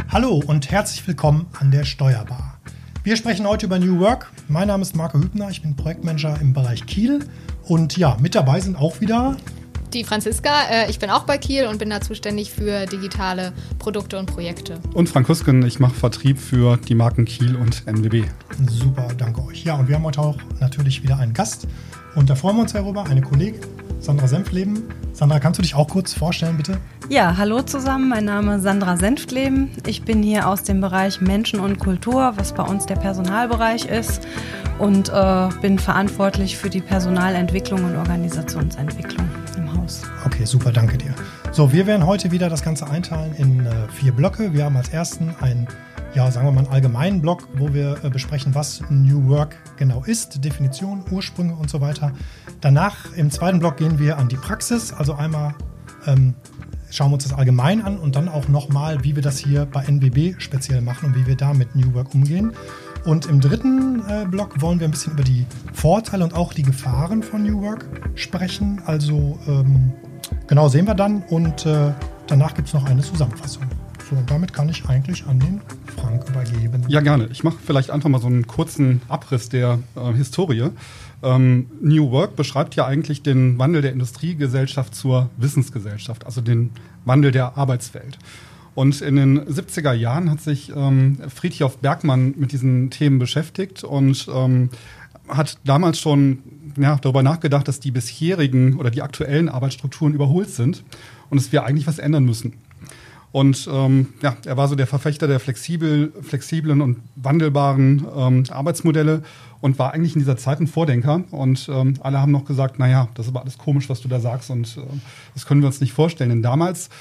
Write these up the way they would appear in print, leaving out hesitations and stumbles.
Hallo und herzlich willkommen an der Steuerbar. Wir sprechen heute über New Work. Mein Name ist Marco Hübner, ich bin Projektmanager im Bereich Kiel. Und ja, mit dabei sind auch wieder die Franziska. Ich bin auch bei Kiel und bin da zuständig für digitale Produkte und Projekte. Und Frank Husken, ich mache Vertrieb für die Marken Kiel und NWB. Super, danke euch. Ja, und wir haben heute auch natürlich wieder einen Gast. Und da freuen wir uns darüber, eine Kollegin, Sandra Senftleben. Sandra, kannst du dich auch kurz vorstellen, bitte? Ja, hallo zusammen, mein Name ist Sandra Senftleben. Ich bin hier aus dem Bereich Menschen und Kultur, was bei uns der Personalbereich ist, und bin verantwortlich für die Personalentwicklung und Organisationsentwicklung im Haus. Okay, super, danke dir. So, wir werden heute wieder das Ganze einteilen in 4 Blöcke. Wir haben als ersten einen allgemeinen Block, wo wir besprechen, was New Work genau ist, Definition, Ursprünge und so weiter. Danach im zweiten Block gehen wir an die Praxis, also einmal schauen wir uns das allgemein an und dann auch nochmal, wie wir das hier bei NWB speziell machen und wie wir da mit New Work umgehen. Und im dritten Block wollen wir ein bisschen über die Vorteile und auch die Gefahren von New Work sprechen. Also genau sehen wir dann und danach gibt es noch eine Zusammenfassung. So, und damit kann ich eigentlich an den Frank übergeben. Ja, gerne. Ich mache vielleicht einfach mal so einen kurzen Abriss der Historie. New Work beschreibt ja eigentlich den Wandel der Industriegesellschaft zur Wissensgesellschaft, also den Wandel der Arbeitswelt. Und in den 70er Jahren hat sich Frithjof Bergmann mit diesen Themen beschäftigt und hat damals schon darüber nachgedacht, dass die bisherigen oder die aktuellen Arbeitsstrukturen überholt sind und dass wir eigentlich was ändern müssen. Und er war so der Verfechter der flexiblen und wandelbaren Arbeitsmodelle und war eigentlich in dieser Zeit ein Vordenker. Und alle haben noch gesagt, naja, das ist aber alles komisch, was du da sagst und das können wir uns nicht vorstellen. Denn damals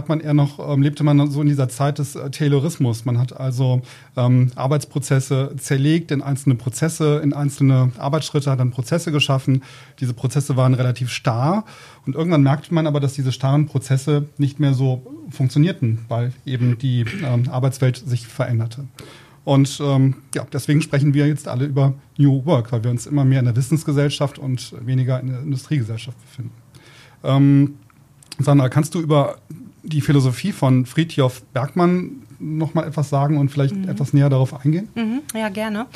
lebte man so in dieser Zeit des Taylorismus. Man hat also Arbeitsprozesse zerlegt in einzelne Prozesse, in einzelne Arbeitsschritte, hat dann Prozesse geschaffen. Diese Prozesse waren relativ starr und irgendwann merkte man aber, dass diese starren Prozesse nicht mehr so funktionierten, weil eben die Arbeitswelt sich veränderte. Und deswegen sprechen wir jetzt alle über New Work, weil wir uns immer mehr in der Wissensgesellschaft und weniger in der Industriegesellschaft befinden. Sandra, kannst du über die Philosophie von Frithjof Bergmann noch mal etwas sagen und vielleicht etwas näher darauf eingehen? Ja, gerne.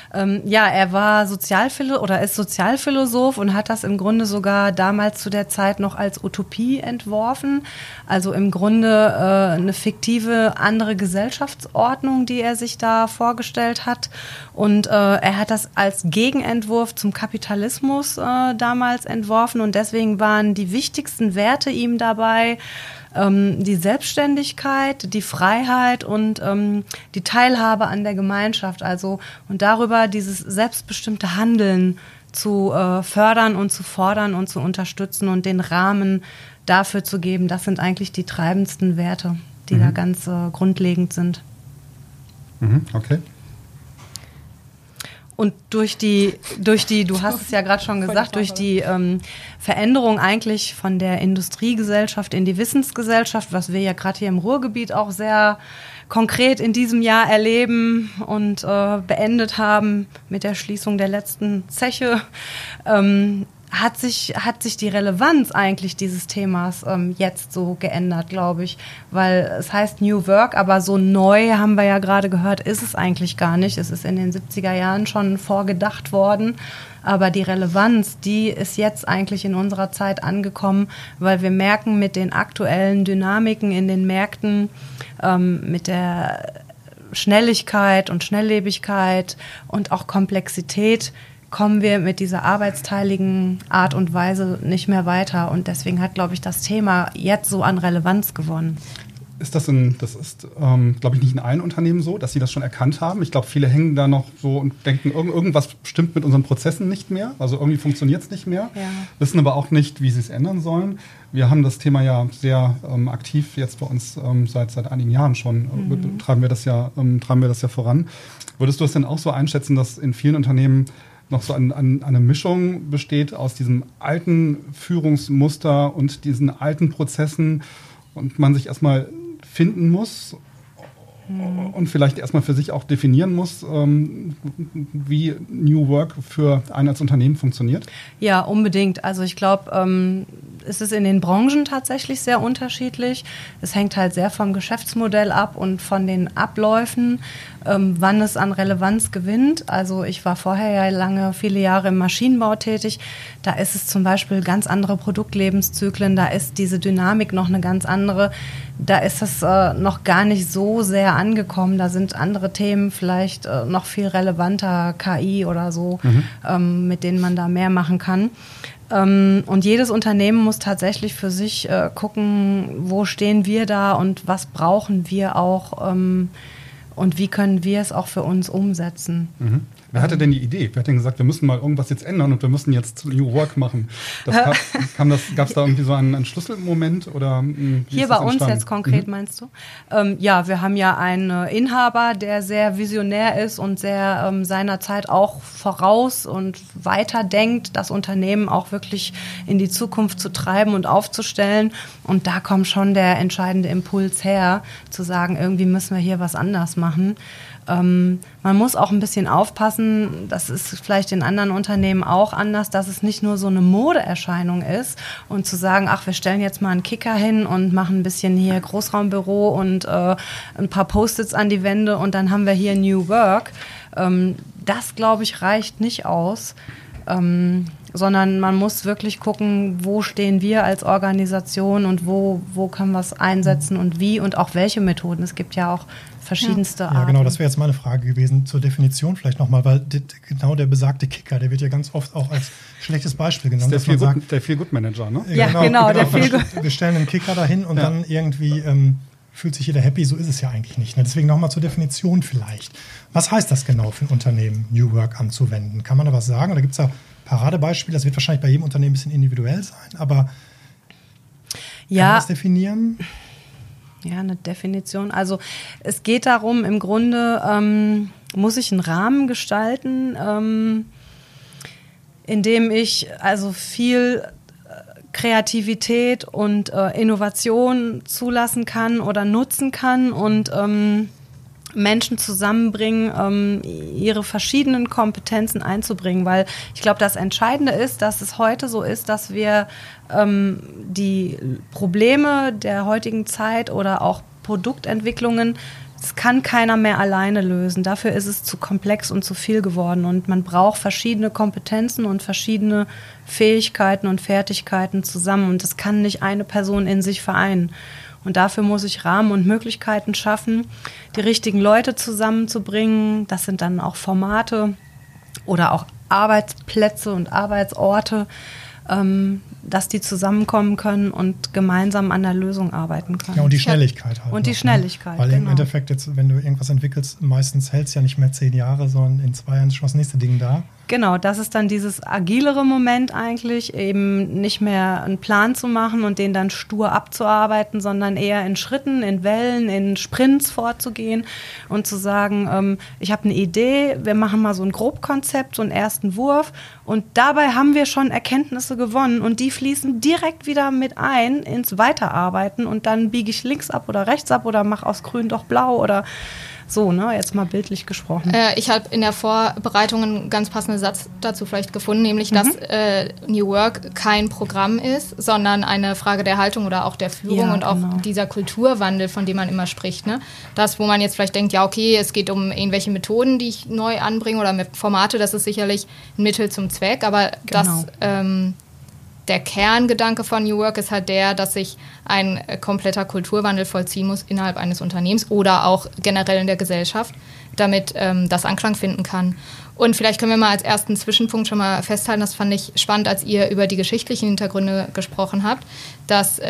Er war ist Sozialphilosoph und hat das im Grunde sogar damals zu der Zeit noch als Utopie entworfen. Also im Grunde eine fiktive andere Gesellschaftsordnung, die er sich da vorgestellt hat. Und er hat das als Gegenentwurf zum Kapitalismus damals entworfen. Und deswegen waren die wichtigsten Werte ihm dabei die Selbstständigkeit, die Freiheit und die Teilhabe an der Gemeinschaft. Und darüber dieses selbstbestimmte Handeln zu fördern und zu fordern und zu unterstützen und den Rahmen dafür zu geben. Das sind eigentlich die treibendsten Werte, die da ganz grundlegend sind. Okay. Und durch die, du hast es ja gerade schon gesagt, durch die Veränderung eigentlich von der Industriegesellschaft in die Wissensgesellschaft, was wir ja gerade hier im Ruhrgebiet auch sehr konkret in diesem Jahr erleben und beendet haben mit der Schließung der letzten Zeche, hat sich die Relevanz eigentlich dieses Themas jetzt so geändert, glaube ich. Weil es heißt New Work, aber so neu, haben wir ja gerade gehört, ist es eigentlich gar nicht. Es ist in den 70er Jahren schon vorgedacht worden. Aber die Relevanz, die ist jetzt eigentlich in unserer Zeit angekommen, weil wir merken mit den aktuellen Dynamiken in den Märkten, mit der Schnelligkeit und Schnelllebigkeit und auch Komplexität, kommen wir mit dieser arbeitsteiligen Art und Weise nicht mehr weiter. Und deswegen hat, glaube ich, das Thema jetzt so an Relevanz gewonnen. Das ist, glaube ich, nicht in allen Unternehmen so, dass sie das schon erkannt haben. Ich glaube, viele hängen da noch so und denken, irgendwas stimmt mit unseren Prozessen nicht mehr. Also irgendwie funktioniert es nicht mehr. Ja. Wissen aber auch nicht, wie sie es ändern sollen. Wir haben das Thema ja sehr aktiv jetzt bei uns seit einigen Jahren schon. Treiben wir das ja voran. Würdest du es denn auch so einschätzen, dass in vielen Unternehmen noch so eine Mischung besteht aus diesem alten Führungsmuster und diesen alten Prozessen und man sich erstmal finden muss und vielleicht erstmal für sich auch definieren muss, wie New Work für einen als Unternehmen funktioniert? Ja, unbedingt. Also ich glaube, es ist in den Branchen tatsächlich sehr unterschiedlich. Es hängt halt sehr vom Geschäftsmodell ab und von den Abläufen, wann es an Relevanz gewinnt. Also ich war vorher ja viele Jahre im Maschinenbau tätig. Da ist es zum Beispiel ganz andere Produktlebenszyklen. Da ist diese Dynamik noch eine ganz andere. Da ist es noch gar nicht so sehr angekommen. Da sind andere Themen vielleicht noch viel relevanter, KI oder so, mit denen man da mehr machen kann. Und jedes Unternehmen muss tatsächlich für sich gucken, wo stehen wir da und was brauchen wir auch und wie können wir es auch für uns umsetzen. Mhm. Wer hatte denn die Idee? Wer hat denn gesagt, wir müssen mal irgendwas jetzt ändern und wir müssen jetzt New Work machen? Gab es da irgendwie so einen Schlüsselmoment? Oder, hier bei uns jetzt konkret, meinst du? Ja, wir haben ja einen Inhaber, der sehr visionär ist und sehr seiner Zeit auch voraus und weiter denkt, das Unternehmen auch wirklich in die Zukunft zu treiben und aufzustellen. Und da kommt schon der entscheidende Impuls her, zu sagen, irgendwie müssen wir hier was anders machen. Man muss auch ein bisschen aufpassen, das ist vielleicht in anderen Unternehmen auch anders, dass es nicht nur so eine Modeerscheinung ist und zu sagen, ach, wir stellen jetzt mal einen Kicker hin und machen ein bisschen hier Großraumbüro und ein paar Post-its an die Wände und dann haben wir hier New Work. Das, glaube ich, reicht nicht aus. Sondern man muss wirklich gucken, wo stehen wir als Organisation und wo können wir es einsetzen und wie und auch welche Methoden. Es gibt ja auch verschiedenste Arten. Ja, genau, das wäre jetzt meine Frage gewesen zur Definition vielleicht nochmal, weil genau der besagte Kicker, der wird ja ganz oft auch als schlechtes Beispiel genommen. Das ist der Feel-Good-Manager, ne? Ja, genau der Feel-Good. Wir stellen einen Kicker dahin und dann irgendwie fühlt sich jeder happy, so ist es ja eigentlich nicht. Ne? Deswegen nochmal zur Definition vielleicht. Was heißt das genau für ein Unternehmen, New Work anzuwenden? Kann man da was sagen? Oder gibt es da Paradebeispiele? Das wird wahrscheinlich bei jedem Unternehmen ein bisschen individuell sein, aber kann man das definieren? Ja, eine Definition. Also es geht darum, im Grunde muss ich einen Rahmen gestalten, in dem ich also viel Kreativität und Innovation zulassen kann oder nutzen kann und Menschen zusammenbringen, ihre verschiedenen Kompetenzen einzubringen, weil ich glaube, das Entscheidende ist, dass es heute so ist, dass wir die Probleme der heutigen Zeit oder auch Produktentwicklungen, das kann keiner mehr alleine lösen. Dafür ist es zu komplex und zu viel geworden und man braucht verschiedene Kompetenzen und verschiedene Fähigkeiten und Fertigkeiten zusammen und das kann nicht eine Person in sich vereinen. Und dafür muss ich Rahmen und Möglichkeiten schaffen, die richtigen Leute zusammenzubringen. Das sind dann auch Formate oder auch Arbeitsplätze und Arbeitsorte, dass die zusammenkommen können und gemeinsam an der Lösung arbeiten können. Ja, und die Schnelligkeit halt. Und die Schnelligkeit, weil im Endeffekt jetzt, wenn du irgendwas entwickelst, meistens hält es ja nicht mehr 10 Jahre, sondern in 2 Jahren ist schon das nächste Ding da. Genau, das ist dann dieses agilere Moment eigentlich, eben nicht mehr einen Plan zu machen und den dann stur abzuarbeiten, sondern eher in Schritten, in Wellen, in Sprints vorzugehen und zu sagen, ich habe eine Idee, wir machen mal so ein Grobkonzept, so einen ersten Wurf und dabei haben wir schon Erkenntnisse gewonnen und die fließen direkt wieder mit ein ins Weiterarbeiten und dann biege ich links ab oder rechts ab oder mache aus grün doch blau oder so, ne, jetzt mal bildlich gesprochen. Ich habe in der Vorbereitung einen ganz passenden Satz dazu vielleicht gefunden, nämlich, dass New Work kein Programm ist, sondern eine Frage der Haltung oder auch der Führung und auch dieser Kulturwandel, von dem man immer spricht. Ne? Das, wo man jetzt vielleicht denkt, ja, okay, es geht um irgendwelche Methoden, die ich neu anbringe oder Formate, das ist sicherlich ein Mittel zum Zweck, aber das der Kerngedanke von New Work ist halt der, dass sich ein kompletter Kulturwandel vollziehen muss innerhalb eines Unternehmens oder auch generell in der Gesellschaft, damit das Anklang finden kann. Und vielleicht können wir mal als ersten Zwischenpunkt schon mal festhalten, das fand ich spannend, als ihr über die geschichtlichen Hintergründe gesprochen habt, dass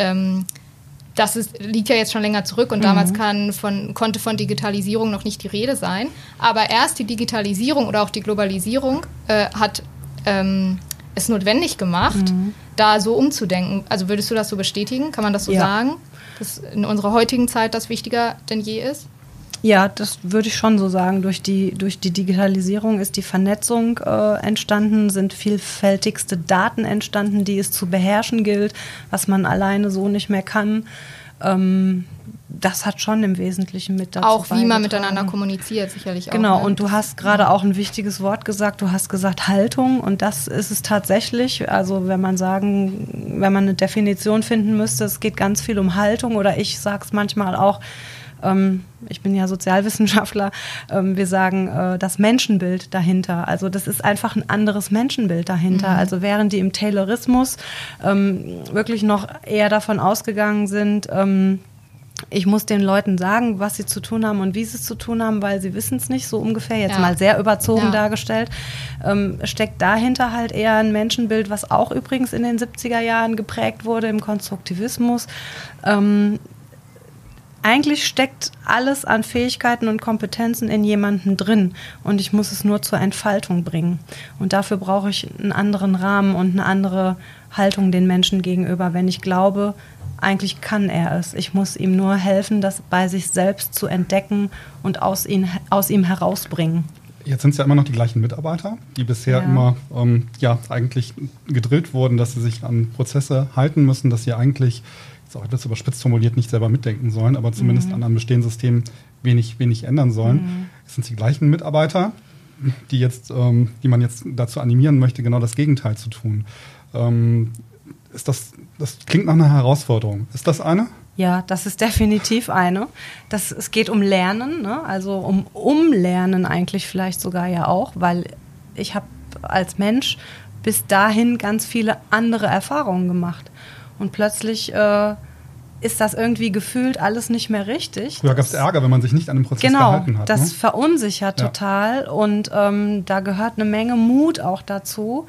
liegt ja jetzt schon länger zurück und damals konnte von Digitalisierung noch nicht die Rede sein. Aber erst die Digitalisierung oder auch die Globalisierung hat es notwendig gemacht, da so umzudenken. Also würdest du das so bestätigen? Kann man das so sagen, dass in unserer heutigen Zeit das wichtiger denn je ist? Ja, das würde ich schon so sagen. Durch die Digitalisierung ist die Vernetzung entstanden, sind vielfältigste Daten entstanden, die es zu beherrschen gilt, was man alleine so nicht mehr kann. das hat schon im Wesentlichen mit dazu auch wie man miteinander kommuniziert, sicherlich auch. Genau, und du hast gerade auch ein wichtiges Wort gesagt, du hast gesagt Haltung, und das ist es tatsächlich. Also wenn man eine Definition finden müsste, es geht ganz viel um Haltung, oder ich sage es manchmal auch, ich bin ja Sozialwissenschaftler, wir sagen das Menschenbild dahinter. Also das ist einfach ein anderes Menschenbild dahinter. Also während die im Taylorismus wirklich noch eher davon ausgegangen sind, ich muss den Leuten sagen, was sie zu tun haben und wie sie es zu tun haben, weil sie wissen es nicht, so ungefähr, jetzt mal sehr überzogen dargestellt, steckt dahinter halt eher ein Menschenbild, was auch übrigens in den 70er Jahren geprägt wurde im Konstruktivismus. Eigentlich steckt alles an Fähigkeiten und Kompetenzen in jemandem drin, und ich muss es nur zur Entfaltung bringen. Und dafür brauche ich einen anderen Rahmen und eine andere Haltung den Menschen gegenüber, wenn ich glaube, eigentlich kann er es. Ich muss ihm nur helfen, das bei sich selbst zu entdecken und aus ihm herausbringen. Jetzt sind es ja immer noch die gleichen Mitarbeiter, die bisher immer eigentlich gedrillt wurden, dass sie sich an Prozesse halten müssen, dass sie eigentlich, auch etwas überspitzt formuliert, nicht selber mitdenken sollen, aber zumindest an einem bestehenden System wenig ändern sollen. Es sind die gleichen Mitarbeiter, die man jetzt dazu animieren möchte, genau das Gegenteil zu tun. Das klingt nach einer Herausforderung. Ist das eine? Ja, das ist definitiv eine. Es geht um Lernen, ne? Also um Umlernen eigentlich vielleicht sogar ja auch, weil ich habe als Mensch bis dahin ganz viele andere Erfahrungen gemacht. Und plötzlich ist das irgendwie gefühlt alles nicht mehr richtig. Früher gab es Ärger, wenn man sich nicht an dem Prozess gehalten hat. Genau, das verunsichert total. Und da gehört eine Menge Mut auch dazu,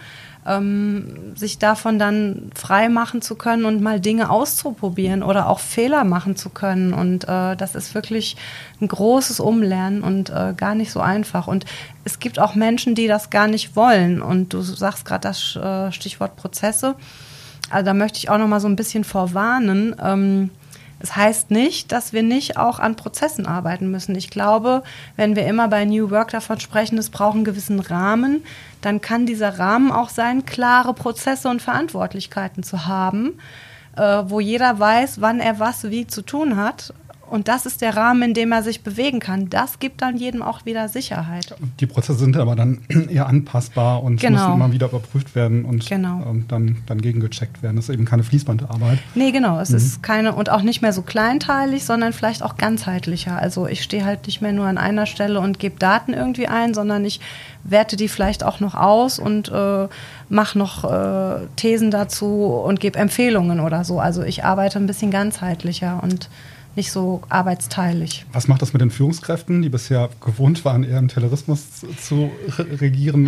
sich davon dann frei machen zu können und mal Dinge auszuprobieren oder auch Fehler machen zu können. Und das ist wirklich ein großes Umlernen und gar nicht so einfach. Und es gibt auch Menschen, die das gar nicht wollen. Und du sagst gerade das Stichwort Prozesse. Also da möchte ich auch noch mal so ein bisschen vorwarnen. Es heißt nicht, dass wir nicht auch an Prozessen arbeiten müssen. Ich glaube, wenn wir immer bei New Work davon sprechen, es braucht einen gewissen Rahmen, dann kann dieser Rahmen auch sein, klare Prozesse und Verantwortlichkeiten zu haben, wo jeder weiß, wann er was wie zu tun hat. Und das ist der Rahmen, in dem er sich bewegen kann. Das gibt dann jedem auch wieder Sicherheit. Die Prozesse sind aber dann eher anpassbar und müssen immer wieder überprüft werden und dann gegengecheckt werden. Das ist eben keine Fließbandarbeit. Nee, genau. Es ist keine, und auch nicht mehr so kleinteilig, sondern vielleicht auch ganzheitlicher. Also ich stehe halt nicht mehr nur an einer Stelle und gebe Daten irgendwie ein, sondern ich werte die vielleicht auch noch aus und mache noch Thesen dazu und gebe Empfehlungen oder so. Also ich arbeite ein bisschen ganzheitlicher und nicht so arbeitsteilig. Was macht das mit den Führungskräften, die bisher gewohnt waren, eher im Taylorismus zu regieren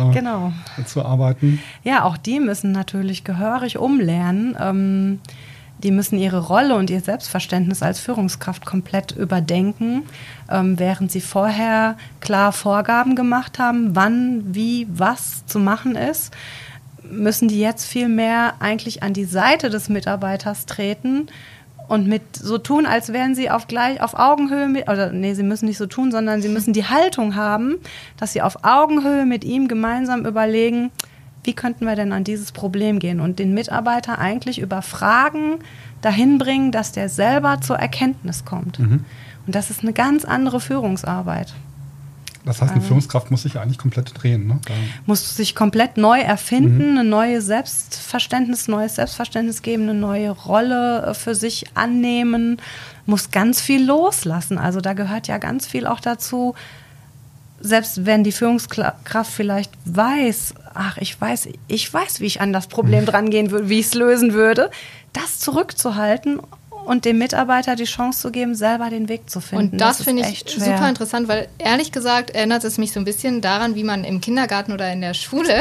und zu arbeiten? Ja, auch die müssen natürlich gehörig umlernen. Die müssen ihre Rolle und ihr Selbstverständnis als Führungskraft komplett überdenken, während sie vorher klar Vorgaben gemacht haben, wann, wie, was zu machen ist, müssen die jetzt viel mehr eigentlich an die Seite des Mitarbeiters treten und mit so tun, als wären sie auf Augenhöhe sie müssen nicht so tun, sondern sie müssen die Haltung haben, dass sie auf Augenhöhe mit ihm gemeinsam überlegen, wie könnten wir denn an dieses Problem gehen und den Mitarbeiter eigentlich über Fragen dahin bringen, dass der selber zur Erkenntnis kommt. Und das ist eine ganz andere Führungsarbeit. Das heißt, eine Führungskraft muss sich eigentlich komplett drehen, ne? Muss sich komplett neu erfinden, ein neues Selbstverständnis geben, eine neue Rolle für sich annehmen, muss ganz viel loslassen. Also da gehört ja ganz viel auch dazu, selbst wenn die Führungskraft vielleicht weiß, ich weiß, wie ich an das Problem drangehen würde, wie ich es lösen würde, das zurückzuhalten und dem Mitarbeiter die Chance zu geben, selber den Weg zu finden. Und das finde ich super interessant, weil ehrlich gesagt erinnert es mich so ein bisschen daran, wie man im Kindergarten oder in der Schule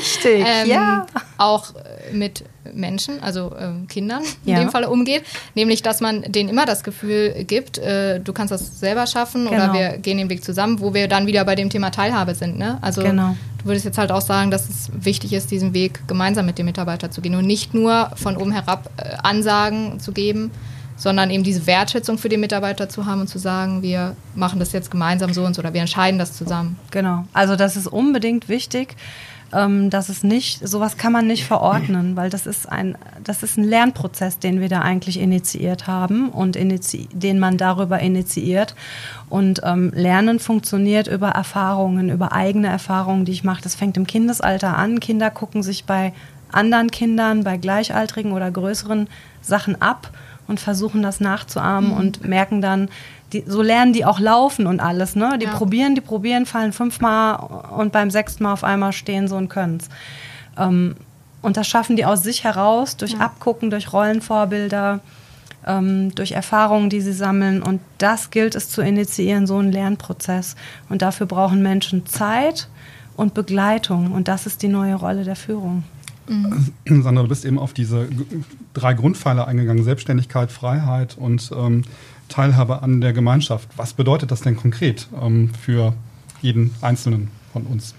auch mit Menschen, also Kindern in dem Fall umgeht. Nämlich, dass man denen immer das Gefühl gibt, du kannst das selber schaffen oder wir gehen den Weg zusammen, wo wir dann wieder bei dem Thema Teilhabe sind. Ne? Also du würdest jetzt halt auch sagen, dass es wichtig ist, diesen Weg gemeinsam mit dem Mitarbeiter zu gehen und nicht nur von oben herab Ansagen zu geben, sondern eben diese Wertschätzung für den Mitarbeiter zu haben und zu sagen, wir machen das jetzt gemeinsam so und so oder wir entscheiden das zusammen. Genau, also das ist unbedingt wichtig. dass es nicht, sowas kann man nicht verordnen, weil das ist ein Lernprozess, den wir da eigentlich initiiert haben und den man darüber initiiert. Und Lernen funktioniert über Erfahrungen, über eigene Erfahrungen, die ich mache. Das fängt im Kindesalter an. Kinder gucken sich bei anderen Kindern, bei Gleichaltrigen oder größeren Sachen ab und versuchen das nachzuahmen und merken dann, so lernen die auch laufen und alles, ne? Die probieren, fallen 5-mal und beim 6. Mal auf einmal stehen so und können's. Und das schaffen die aus sich heraus, durch Abgucken, durch Rollenvorbilder, durch Erfahrungen, die sie sammeln. Und das gilt es zu initiieren, so einen Lernprozess. Und dafür brauchen Menschen Zeit und Begleitung. Und das ist die neue Rolle der Führung. Sandra, du bist eben auf diese 3 Grundpfeiler eingegangen: Selbstständigkeit, Freiheit und Teilhabe an der Gemeinschaft. Was bedeutet das denn konkret für jeden Einzelnen von uns?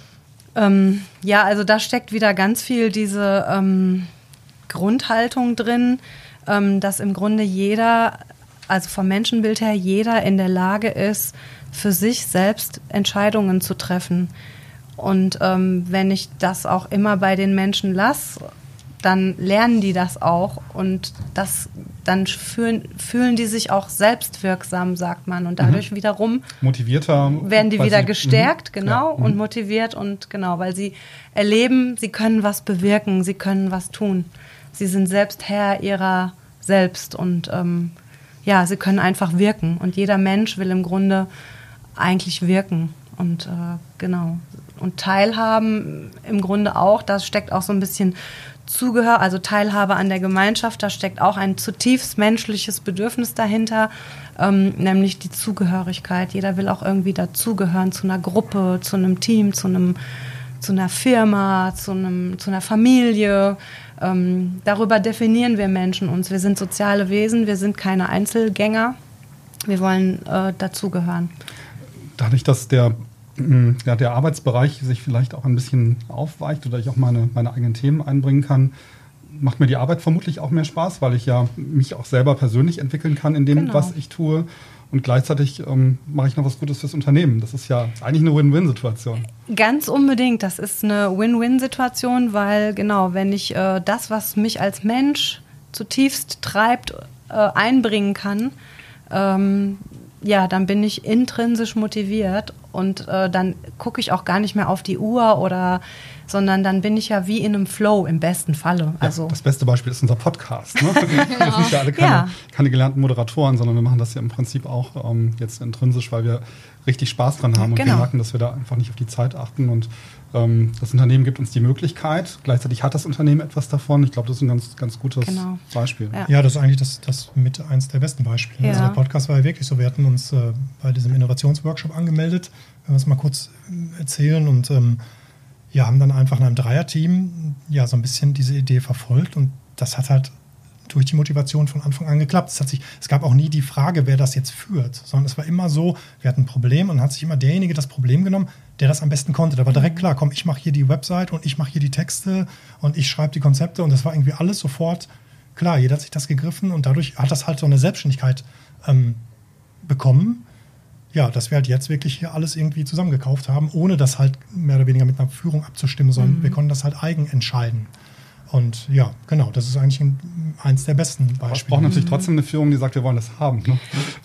Also da steckt wieder ganz viel diese Grundhaltung drin, dass im Grunde jeder, also vom Menschenbild her, jeder in der Lage ist, für sich selbst Entscheidungen zu treffen. Und wenn ich das auch immer bei den Menschen lasse, dann lernen die das auch und dann fühlen die sich auch selbstwirksam, sagt man. Und dadurch wiederum motivierter werden die wieder gestärkt, und motiviert und weil sie erleben, sie können was bewirken, sie können was tun. Sie sind selbst Herr ihrer selbst und sie können einfach wirken. Und jeder Mensch will im Grunde eigentlich wirken und Und Teilhaben im Grunde auch, da steckt auch so ein bisschen Zugehör, also Teilhabe an der Gemeinschaft, da steckt auch ein zutiefst menschliches Bedürfnis dahinter, nämlich die Zugehörigkeit. Jeder will auch irgendwie dazugehören zu einer Gruppe, zu einem Team, zu einer Firma, zu einer Familie. Darüber definieren wir Menschen uns. Wir sind soziale Wesen, wir sind keine Einzelgänger. Wir wollen dazugehören. Dadurch, dass der Arbeitsbereich sich vielleicht auch ein bisschen aufweicht oder ich auch meine eigenen Themen einbringen kann, macht mir die Arbeit vermutlich auch mehr Spaß, weil ich ja mich auch selber persönlich entwickeln kann in dem, was ich tue. Und gleichzeitig mache ich noch was Gutes fürs Unternehmen. Das ist ja eigentlich eine Win-Win-Situation. Ganz unbedingt. Das ist eine Win-Win-Situation, weil wenn ich das, was mich als Mensch zutiefst treibt, einbringen kann, dann bin ich intrinsisch motiviert und dann gucke ich auch gar nicht mehr auf die Uhr sondern dann bin ich ja wie in einem Flow im besten Falle. Also das beste Beispiel ist unser Podcast. Ne? Wir sind ja alle keine gelernten Moderatoren, sondern wir machen das ja im Prinzip auch jetzt intrinsisch, weil wir richtig Spaß dran haben und wir merken, dass wir da einfach nicht auf die Zeit achten und das Unternehmen gibt uns die Möglichkeit, gleichzeitig hat das Unternehmen etwas davon. Ich glaube, das ist ein ganz, ganz gutes Beispiel. Ja, das ist eigentlich das mit eins der besten Beispiele. Ja. Also der Podcast war ja wirklich so, wir hatten uns bei diesem Innovationsworkshop angemeldet, wenn wir es mal kurz erzählen und haben dann einfach in einem Dreierteam so ein bisschen diese Idee verfolgt und das hat halt durch die Motivation von Anfang an geklappt. Es gab auch nie die Frage, wer das jetzt führt, sondern es war immer so, wir hatten ein Problem und dann hat sich immer derjenige das Problem genommen, der das am besten konnte. Da war direkt klar, komm, ich mache hier die Website und ich mache hier die Texte und ich schreibe die Konzepte und das war irgendwie alles sofort klar. Jeder hat sich das gegriffen und dadurch hat das halt so eine Selbstständigkeit bekommen. Ja, dass wir halt jetzt wirklich hier alles irgendwie zusammengekauft haben, ohne das halt mehr oder weniger mit einer Führung abzustimmen, sondern wir konnten das halt eigen entscheiden. Und ja, genau, das ist eigentlich eins der besten Beispiele. Es braucht natürlich trotzdem eine Führung, die sagt, wir wollen das haben. Ne?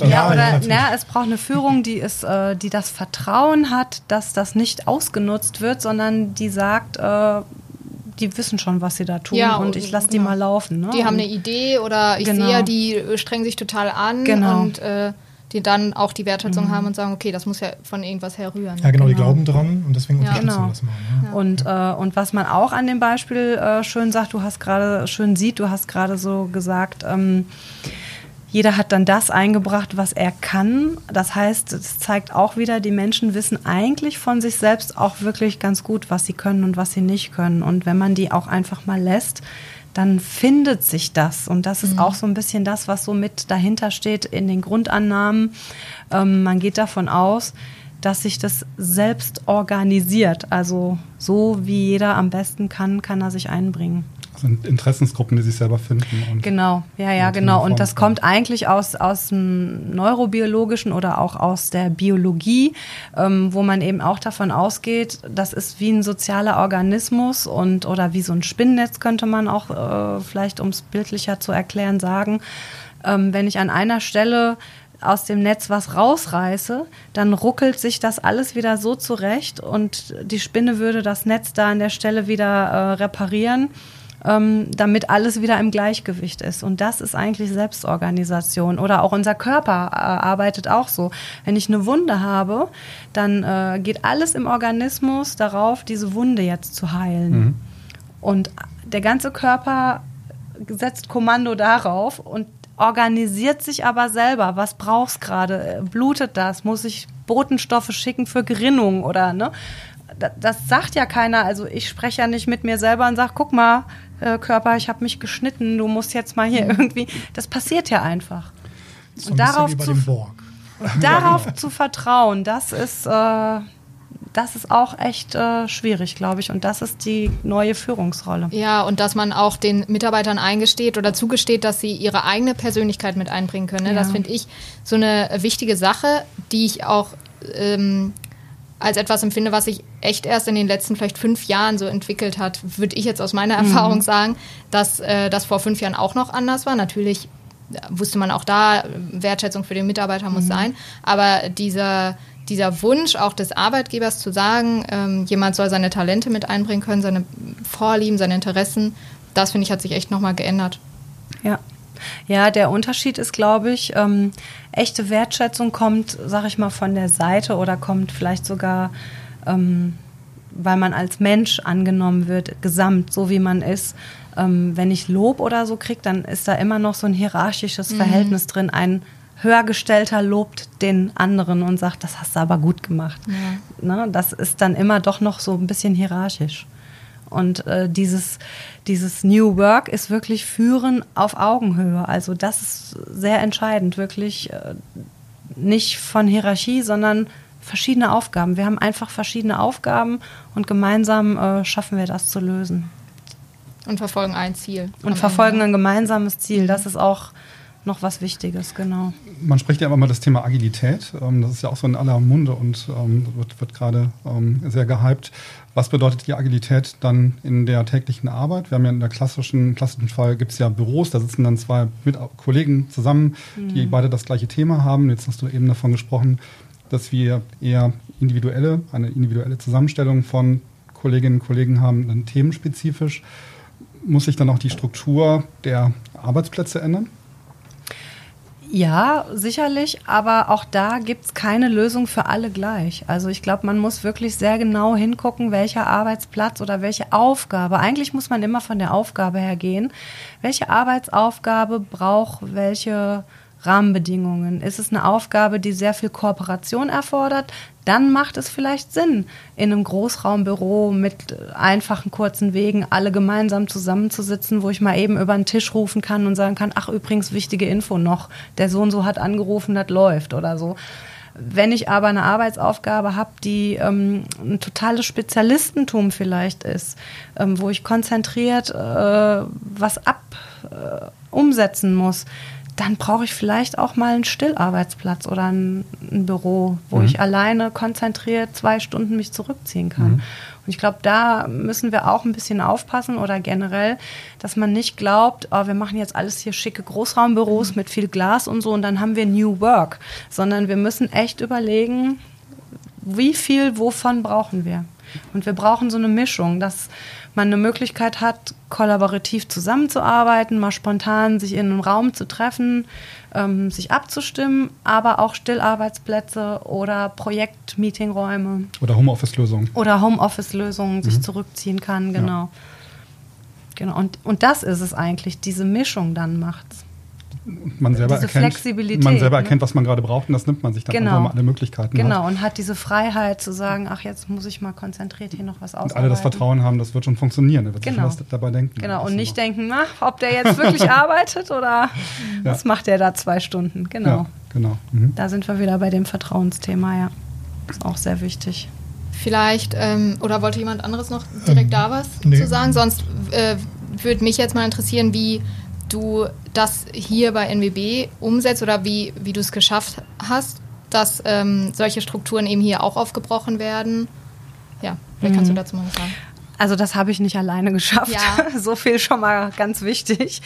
Es braucht eine Führung, die das Vertrauen hat, dass das nicht ausgenutzt wird, sondern die sagt, die wissen schon, was sie da tun und ich lasse die mal laufen. Ne? Die haben eine Idee oder ich sehe, die strengen sich total an und die dann auch die Wertschätzung haben und sagen, okay, das muss ja von irgendwas herrühren. Ja, genau, die glauben dran und deswegen unterstützen wir das mal. Ne? Ja. Und was man auch an dem Beispiel schön sagt, du hast gerade so gesagt, jeder hat dann das eingebracht, was er kann. Das heißt, es zeigt auch wieder, die Menschen wissen eigentlich von sich selbst auch wirklich ganz gut, was sie können und was sie nicht können. Und wenn man die auch einfach mal lässt, dann findet sich das. Und das ist auch so ein bisschen das, was so mit dahinter steht in den Grundannahmen. Man geht davon aus, dass sich das selbst organisiert. Also so wie jeder am besten kann er sich einbringen. sind Interessensgruppen, die sich selber finden. Und genau, genau. Und das kommt eigentlich aus dem Neurobiologischen oder auch aus der Biologie, wo man eben auch davon ausgeht, das ist wie ein sozialer Organismus oder wie so ein Spinnennetz, könnte man auch vielleicht, um es bildlicher zu erklären, sagen. Wenn ich an einer Stelle aus dem Netz was rausreiße, dann ruckelt sich das alles wieder so zurecht und die Spinne würde das Netz da an der Stelle wieder reparieren, damit alles wieder im Gleichgewicht ist. Und das ist eigentlich Selbstorganisation. Oder auch unser Körper arbeitet auch so. Wenn ich eine Wunde habe, dann geht alles im Organismus darauf, diese Wunde jetzt zu heilen. Mhm. Und der ganze Körper setzt Kommando darauf und organisiert sich aber selber. Was brauchst gerade? Blutet das? Muss ich Botenstoffe schicken für Gerinnung? Oder, ne? Das sagt ja keiner. Also ich spreche ja nicht mit mir selber und sage, guck mal, Körper, ich habe mich geschnitten, du musst jetzt mal hier irgendwie. Das passiert ja einfach. So und darauf zu vertrauen, das ist auch echt schwierig, glaube ich. Und das ist die neue Führungsrolle. Ja, und dass man auch den Mitarbeitern eingesteht oder zugesteht, dass sie ihre eigene Persönlichkeit mit einbringen können. Ne? Ja. Das finde ich so eine wichtige Sache, die ich auch als etwas empfinde, was sich echt erst in den letzten vielleicht 5 Jahren so entwickelt hat, würde ich jetzt aus meiner Erfahrung sagen, dass das vor 5 Jahren auch noch anders war. Natürlich wusste man auch da, Wertschätzung für den Mitarbeiter muss sein, aber dieser Wunsch auch des Arbeitgebers zu sagen, jemand soll seine Talente mit einbringen können, seine Vorlieben, seine Interessen, das, finde ich, hat sich echt nochmal geändert. Ja, der Unterschied ist, glaube ich, echte Wertschätzung kommt, sag ich mal, von der Seite oder kommt vielleicht sogar, weil man als Mensch angenommen wird, gesamt, so wie man ist. Wenn ich Lob oder so kriege, dann ist da immer noch so ein hierarchisches Verhältnis drin. Ein Höhergestellter lobt den anderen und sagt, das hast du aber gut gemacht. Ja. Ne, das ist dann immer doch noch so ein bisschen hierarchisch. Und dieses New Work ist wirklich Führen auf Augenhöhe. Also das ist sehr entscheidend, wirklich nicht von Hierarchie, sondern verschiedene Aufgaben. Wir haben einfach verschiedene Aufgaben und gemeinsam schaffen wir das zu lösen. Und verfolgen ein Ziel. Und verfolgen ein gemeinsames Ziel. Das ist auch noch was Wichtiges, genau. Man spricht ja immer mal das Thema Agilität. Das ist ja auch so in aller Munde und wird gerade sehr gehypt. Was bedeutet die Agilität dann in der täglichen Arbeit? Wir haben ja in der klassischen Fall gibt es ja Büros, da sitzen dann 2 Kollegen zusammen, die beide das gleiche Thema haben. Jetzt hast du eben davon gesprochen, dass wir eher eine individuelle Zusammenstellung von Kolleginnen und Kollegen haben, dann themenspezifisch. Muss sich dann auch die Struktur der Arbeitsplätze ändern? Ja, sicherlich, aber auch da gibt es keine Lösung für alle gleich. Also ich glaube, man muss wirklich sehr genau hingucken, welcher Arbeitsplatz oder welche Aufgabe, eigentlich muss man immer von der Aufgabe her gehen, welche Arbeitsaufgabe braucht welche Rahmenbedingungen. Ist es eine Aufgabe, die sehr viel Kooperation erfordert, dann macht es vielleicht Sinn, in einem Großraumbüro mit einfachen, kurzen Wegen alle gemeinsam zusammenzusitzen, wo ich mal eben über den Tisch rufen kann und sagen kann, ach übrigens, wichtige Info noch, der so und so hat angerufen, das läuft oder so. Wenn ich aber eine Arbeitsaufgabe habe, die ein totales Spezialistentum vielleicht ist, wo ich konzentriert was umsetzen muss, dann brauche ich vielleicht auch mal einen Stillarbeitsplatz oder ein Büro, wo ich alleine konzentriert 2 Stunden mich zurückziehen kann. Und ich glaube, da müssen wir auch ein bisschen aufpassen oder generell, dass man nicht glaubt, oh, wir machen jetzt alles hier schicke Großraumbüros mit viel Glas und so und dann haben wir New Work, sondern wir müssen echt überlegen, wie viel wovon brauchen wir. Und wir brauchen so eine Mischung, dass man eine Möglichkeit hat, kollaborativ zusammenzuarbeiten, mal spontan sich in einem Raum zu treffen, sich abzustimmen, aber auch Stillarbeitsplätze oder Projekt-Meetingräume. Oder Homeoffice-Lösungen. Oder Homeoffice-Lösungen sich zurückziehen kann, genau. Ja. Genau. Und das ist es eigentlich, diese Mischung dann macht's. Man selber diese erkennt, Flexibilität, man selber erkennt, was man gerade braucht und das nimmt man sich dann einfach mal alle Möglichkeiten. Genau, und hat diese Freiheit zu sagen, ach, jetzt muss ich mal konzentriert hier noch was ausarbeiten. Und alle das Vertrauen haben, das wird schon funktionieren, da wird sich was dabei denken. Genau, und nicht denken, na, ob der jetzt wirklich arbeitet oder was macht der da 2 Stunden. Genau. Ja, genau. Mhm. Da sind wir wieder bei dem Vertrauensthema, ja. Das ist auch sehr wichtig. Vielleicht, oder wollte jemand anderes noch direkt da was zu sagen? Sonst würde mich jetzt mal interessieren, wie du das hier bei NWB umsetzt oder wie du es geschafft hast, dass solche Strukturen eben hier auch aufgebrochen werden. Ja, vielleicht kannst du dazu mal was sagen. Also das habe ich nicht alleine geschafft. Ja. So viel schon mal ganz wichtig.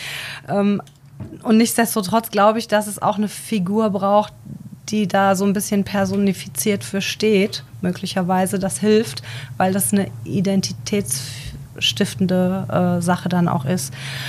Und nichtsdestotrotz glaube ich, dass es auch eine Figur braucht, die da so ein bisschen personifiziert für steht. Möglicherweise das hilft, weil das eine identitätsstiftende Sache dann auch ist.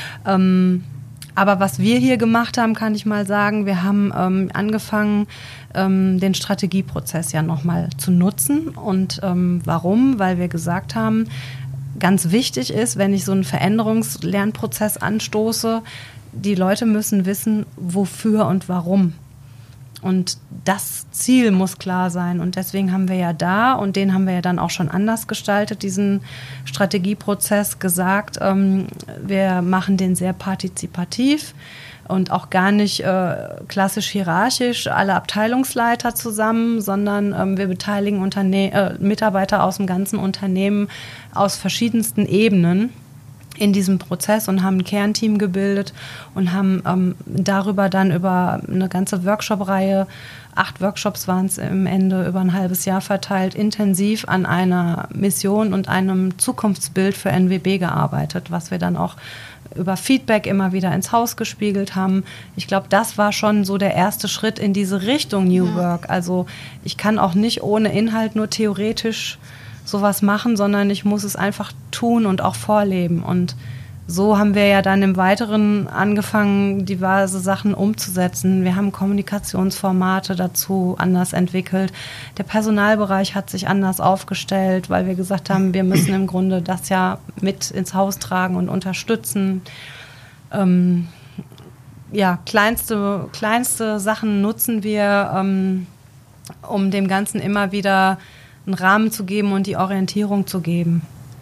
Aber was wir hier gemacht haben, kann ich mal sagen, wir haben angefangen, den Strategieprozess ja nochmal zu nutzen. Und warum? Weil wir gesagt haben, ganz wichtig ist, wenn ich so einen Veränderungslernprozess anstoße, die Leute müssen wissen, wofür und warum. Und das Ziel muss klar sein. Und deswegen haben wir ja da, und den haben wir ja dann auch schon anders gestaltet, diesen Strategieprozess gesagt, wir machen den sehr partizipativ und auch gar nicht klassisch hierarchisch, alle Abteilungsleiter zusammen, sondern wir beteiligen Mitarbeiter aus dem ganzen Unternehmen aus verschiedensten Ebenen in diesem Prozess und haben ein Kernteam gebildet und haben darüber dann über eine ganze Workshop-Reihe, 8 Workshops waren es im Ende, über ein halbes Jahr verteilt, intensiv an einer Mission und einem Zukunftsbild für NWB gearbeitet, was wir dann auch über Feedback immer wieder ins Haus gespiegelt haben. Ich glaube, das war schon so der erste Schritt in diese Richtung New Work. Also ich kann auch nicht ohne Inhalt nur theoretisch sowas machen, sondern ich muss es einfach tun und auch vorleben. Und so haben wir ja dann im Weiteren angefangen, diverse Sachen umzusetzen. Wir haben Kommunikationsformate dazu anders entwickelt. Der Personalbereich hat sich anders aufgestellt, weil wir gesagt haben, wir müssen im Grunde das ja mit ins Haus tragen und unterstützen. Kleinste Sachen nutzen wir, um dem Ganzen immer wieder einen Rahmen zu geben und die Orientierung zu geben.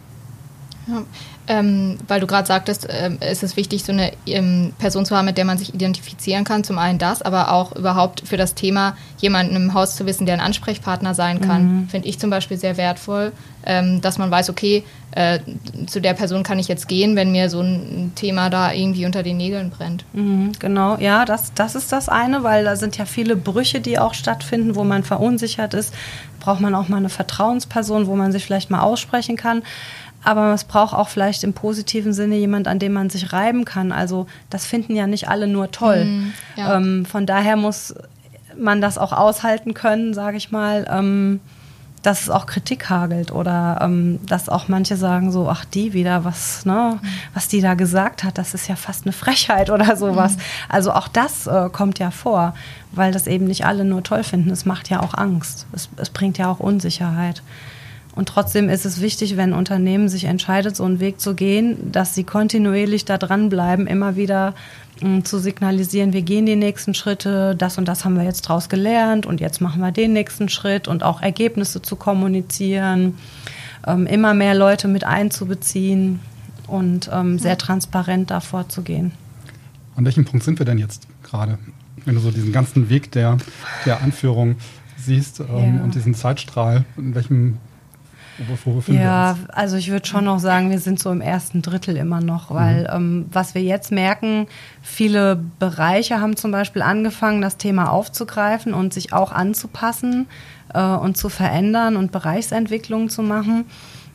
Ja, weil du gerade sagtest, es ist wichtig, so eine Person zu haben, mit der man sich identifizieren kann. Zum einen das, aber auch überhaupt für das Thema jemanden im Haus zu wissen, der ein Ansprechpartner sein kann, finde ich zum Beispiel sehr wertvoll, dass man weiß, okay, zu der Person kann ich jetzt gehen, wenn mir so ein Thema da irgendwie unter den Nägeln brennt. Genau, ja, das ist das eine, weil da sind ja viele Brüche, die auch stattfinden, wo man verunsichert ist. Braucht man auch mal eine Vertrauensperson, wo man sich vielleicht mal aussprechen kann. Aber es braucht auch vielleicht im positiven Sinne jemand, an dem man sich reiben kann. Also das finden ja nicht alle nur toll. Ja. Von daher muss man das auch aushalten können, sage ich mal, dass es auch Kritik hagelt oder dass auch manche sagen so, ach die wieder, was die da gesagt hat, das ist ja fast eine Frechheit oder sowas. Also auch das kommt ja vor, weil das eben nicht alle nur toll finden. Es macht ja auch Angst. Es bringt ja auch Unsicherheit. Und trotzdem ist es wichtig, wenn ein Unternehmen sich entscheidet, so einen Weg zu gehen, dass sie kontinuierlich da dranbleiben, immer wieder zu signalisieren, wir gehen die nächsten Schritte, das und das haben wir jetzt draus gelernt und jetzt machen wir den nächsten Schritt und auch Ergebnisse zu kommunizieren, immer mehr Leute mit einzubeziehen und sehr transparent da vorzugehen. An welchem Punkt sind wir denn jetzt gerade, wenn du so diesen ganzen Weg der Anführung siehst und diesen Zeitstrahl, in welchem wo befinden wir uns? Also ich würde schon noch sagen, wir sind so im ersten Drittel immer noch, weil was wir jetzt merken, viele Bereiche haben zum Beispiel angefangen, das Thema aufzugreifen und sich auch anzupassen und zu verändern und Bereichsentwicklungen zu machen.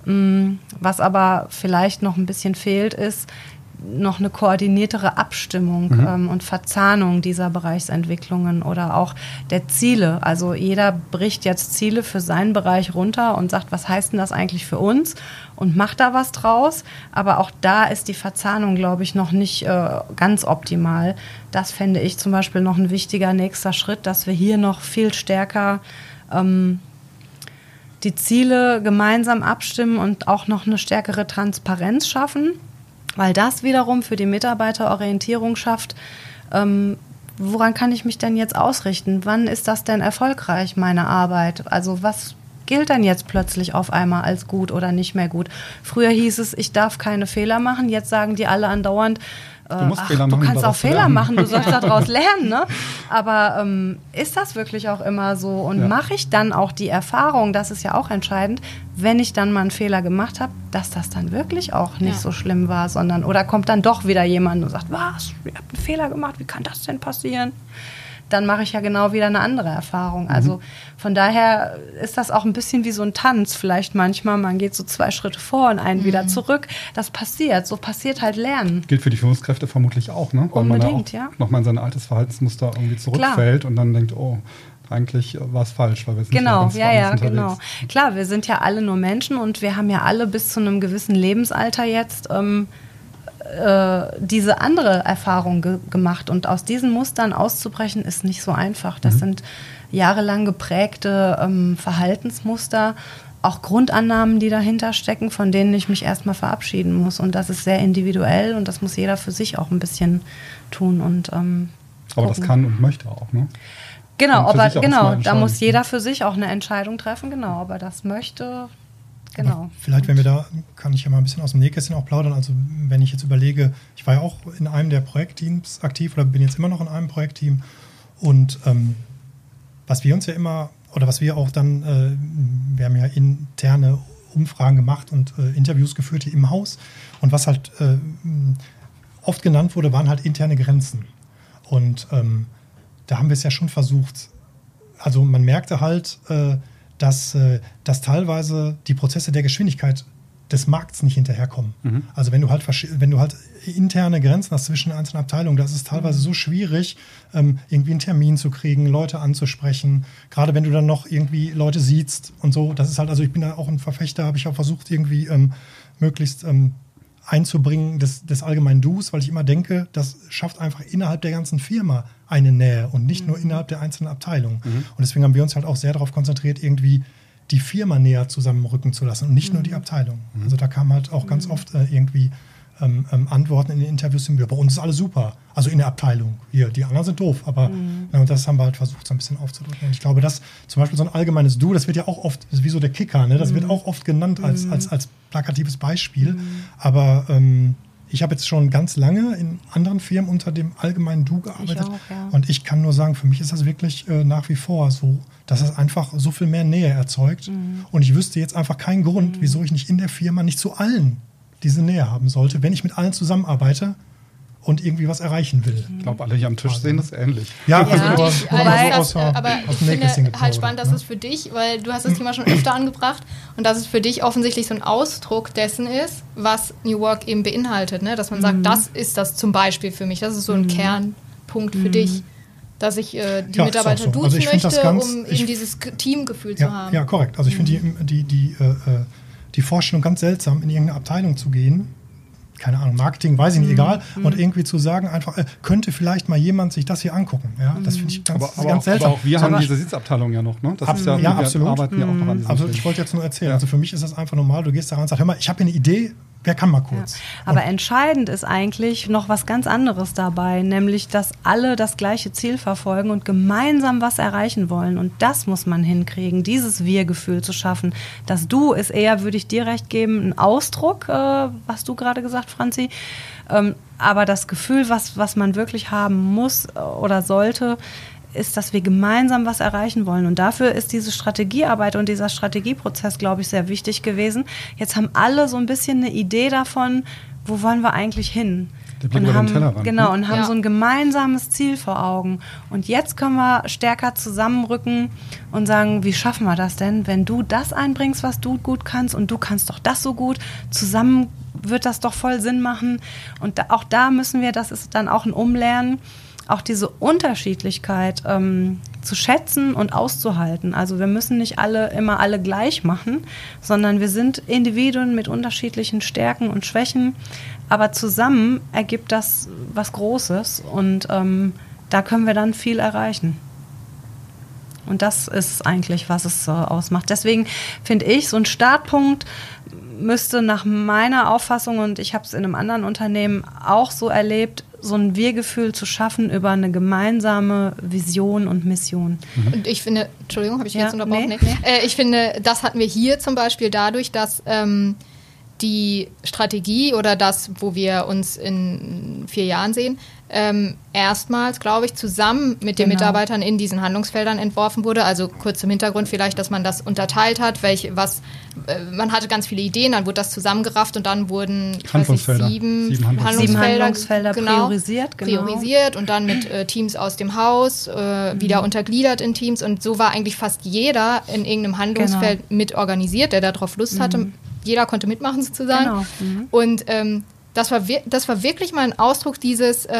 Was aber vielleicht noch ein bisschen fehlt, ist noch eine koordiniertere Abstimmung und Verzahnung dieser Bereichsentwicklungen oder auch der Ziele. Also jeder bricht jetzt Ziele für seinen Bereich runter und sagt, was heißt denn das eigentlich für uns und macht da was draus. Aber auch da ist die Verzahnung, glaube ich, noch nicht ganz optimal. Das fände ich zum Beispiel noch ein wichtiger nächster Schritt, dass wir hier noch viel stärker die Ziele gemeinsam abstimmen und auch noch eine stärkere Transparenz schaffen. Weil das wiederum für die Mitarbeiter Orientierung schafft, woran kann ich mich denn jetzt ausrichten? Wann ist das denn erfolgreich, meine Arbeit? Also was gilt denn jetzt plötzlich auf einmal als gut oder nicht mehr gut? Früher hieß es, ich darf keine Fehler machen. Jetzt sagen die alle andauernd, du kannst auch Fehler machen, du sollst daraus lernen, ne? Aber ist das wirklich auch immer so? Und mache ich dann auch die Erfahrung, das ist ja auch entscheidend, wenn ich dann mal einen Fehler gemacht habe, dass das dann wirklich auch nicht so schlimm war, sondern, oder kommt dann doch wieder jemand und sagt, was, ihr habt einen Fehler gemacht, wie kann das denn passieren? Dann mache ich ja genau wieder eine andere Erfahrung. Also von daher ist das auch ein bisschen wie so ein Tanz. Vielleicht manchmal, man geht so 2 Schritte vor und einen wieder zurück. Das passiert. So passiert halt Lernen. Gilt für die Führungskräfte vermutlich auch, ne? Weil unbedingt, man auch nochmal in sein altes Verhaltensmuster irgendwie zurückfällt und dann denkt, oh, eigentlich war es falsch, weil wir sind genau. unterwegs. Klar, wir sind ja alle nur Menschen und wir haben ja alle bis zu einem gewissen Lebensalter jetzt diese andere Erfahrung gemacht. Und aus diesen Mustern auszubrechen, ist nicht so einfach. Das sind jahrelang geprägte Verhaltensmuster, auch Grundannahmen, die dahinter stecken, von denen ich mich erstmal verabschieden muss. Und das ist sehr individuell und das muss jeder für sich auch ein bisschen tun. Und, aber das kann und möchte auch, ne? Genau, da muss jeder für sich auch eine Entscheidung treffen, genau, ob er das möchte. Genau. Aber vielleicht, wenn wir da, kann ich ja mal ein bisschen aus dem Nähkästchen auch plaudern. Also wenn ich jetzt überlege, ich war ja auch in einem der Projektteams aktiv oder bin jetzt immer noch in einem Projektteam. Und was wir uns ja immer, oder was wir auch dann, wir haben ja interne Umfragen gemacht und Interviews geführt hier im Haus. Und was halt oft genannt wurde, waren halt interne Grenzen. Und da haben wir es ja schon versucht. Also man merkte halt, dass teilweise die Prozesse der Geschwindigkeit des Markts nicht hinterherkommen. Also wenn du halt interne Grenzen hast zwischen einzelnen Abteilungen, das ist teilweise so schwierig, irgendwie einen Termin zu kriegen, Leute anzusprechen, gerade wenn du dann noch irgendwie Leute siehst und so. Das ist halt, also ich bin da auch ein Verfechter, habe ich auch versucht, irgendwie möglichst einzubringen des allgemeinen Dus, weil ich immer denke, das schafft einfach innerhalb der ganzen Firma eine Nähe und nicht nur innerhalb der einzelnen Abteilungen. Und deswegen haben wir uns halt auch sehr darauf konzentriert, irgendwie die Firma näher zusammenrücken zu lassen und nicht nur die Abteilung. Also da kam halt auch ganz oft irgendwie Antworten in den Interviews, bei uns ist alles super, also in der Abteilung. Hier, die anderen sind doof, aber und das haben wir halt versucht, so ein bisschen aufzudrücken. Und ich glaube, dass zum Beispiel so ein allgemeines Du, das wird ja auch oft, das ist wie so der Kicker, ne? Das wird auch oft genannt als plakatives Beispiel, aber ich habe jetzt schon ganz lange in anderen Firmen unter dem allgemeinen Du gearbeitet. Ich auch, ja. Und ich kann nur sagen, für mich ist das wirklich nach wie vor so, dass es einfach so viel mehr Nähe erzeugt. Und ich wüsste jetzt einfach keinen Grund, wieso ich nicht in der Firma nicht zu allen diese Nähe haben sollte, wenn ich mit allen zusammenarbeite und irgendwie was erreichen will. Ich glaube, alle hier am Tisch sehen das ähnlich. Ja, aber ich finde halt spannend, dass es für dich, weil du hast das Thema schon öfter angebracht und dass es für dich offensichtlich so ein Ausdruck dessen ist, was New Work eben beinhaltet, ne? Dass man sagt, das ist das zum Beispiel für mich, das ist so ein Kernpunkt für dich, dass ich die Mitarbeiter so. duzen möchte, um eben dieses Teamgefühl zu haben. Ja, korrekt. Also ich finde die Vorstellung ganz seltsam, in irgendeine Abteilung zu gehen, keine Ahnung, Marketing, weiß ich nicht, egal, und irgendwie zu sagen, einfach, könnte vielleicht mal jemand sich das hier angucken. Ja, das finde ich ganz seltsam. Aber auch wir haben diese Sitzabteilung ja noch, ne? Das ist ja, wir absolut. Arbeiten ja auch noch an diesem Also ich wollte jetzt nur erzählen, also für mich ist das einfach normal, du gehst da rein und sagst, hör mal, ich habe hier eine Idee, wer kann mal kurz? Ja. Aber entscheidend ist eigentlich noch was ganz anderes dabei, nämlich, dass alle das gleiche Ziel verfolgen und gemeinsam was erreichen wollen. Und das muss man hinkriegen, dieses Wir-Gefühl zu schaffen. Das Du ist eher, würde ich dir recht geben, ein Ausdruck, was du gerade gesagt, Franzi. Aber das Gefühl, was man wirklich haben muss oder sollte, ist, dass wir gemeinsam was erreichen wollen. Und dafür ist diese Strategiearbeit und dieser Strategieprozess, glaube ich, sehr wichtig gewesen. Jetzt haben alle so ein bisschen eine Idee davon, wo wollen wir eigentlich hin? Und haben so ein gemeinsames Ziel vor Augen. Und jetzt können wir stärker zusammenrücken und sagen, wie schaffen wir das denn, wenn du das einbringst, was du gut kannst und du kannst doch das so gut, zusammen wird das doch voll Sinn machen. Und auch da müssen wir, das ist dann auch ein Umlernen, auch diese Unterschiedlichkeit zu schätzen und auszuhalten. Also wir müssen nicht immer alle gleich machen, sondern wir sind Individuen mit unterschiedlichen Stärken und Schwächen, aber zusammen ergibt das was Großes und da können wir dann viel erreichen. Und das ist eigentlich, was es ausmacht. Deswegen finde ich, so ein Startpunkt müsste nach meiner Auffassung, und ich habe es in einem anderen Unternehmen auch so erlebt, so ein Wir-Gefühl zu schaffen über eine gemeinsame Vision und Mission. Und ich finde, Entschuldigung, habe ich jetzt unterbrochen? Nee. Ich finde, das hatten wir hier zum Beispiel dadurch, dass die Strategie oder das, wo wir uns in 4 Jahren sehen, erstmals, glaube ich, zusammen mit den Mitarbeitern in diesen Handlungsfeldern entworfen wurde. Also kurz zum Hintergrund vielleicht, dass man das unterteilt hat, man hatte ganz viele Ideen, dann wurde das zusammengerafft und dann wurden 7 Handlungsfelder priorisiert und dann mit Teams aus dem Haus wieder untergliedert in Teams, und so war eigentlich fast jeder in irgendeinem Handlungsfeld mit organisiert, der darauf Lust hatte. Jeder konnte mitmachen sozusagen. Und das war wirklich mal ein Ausdruck dieses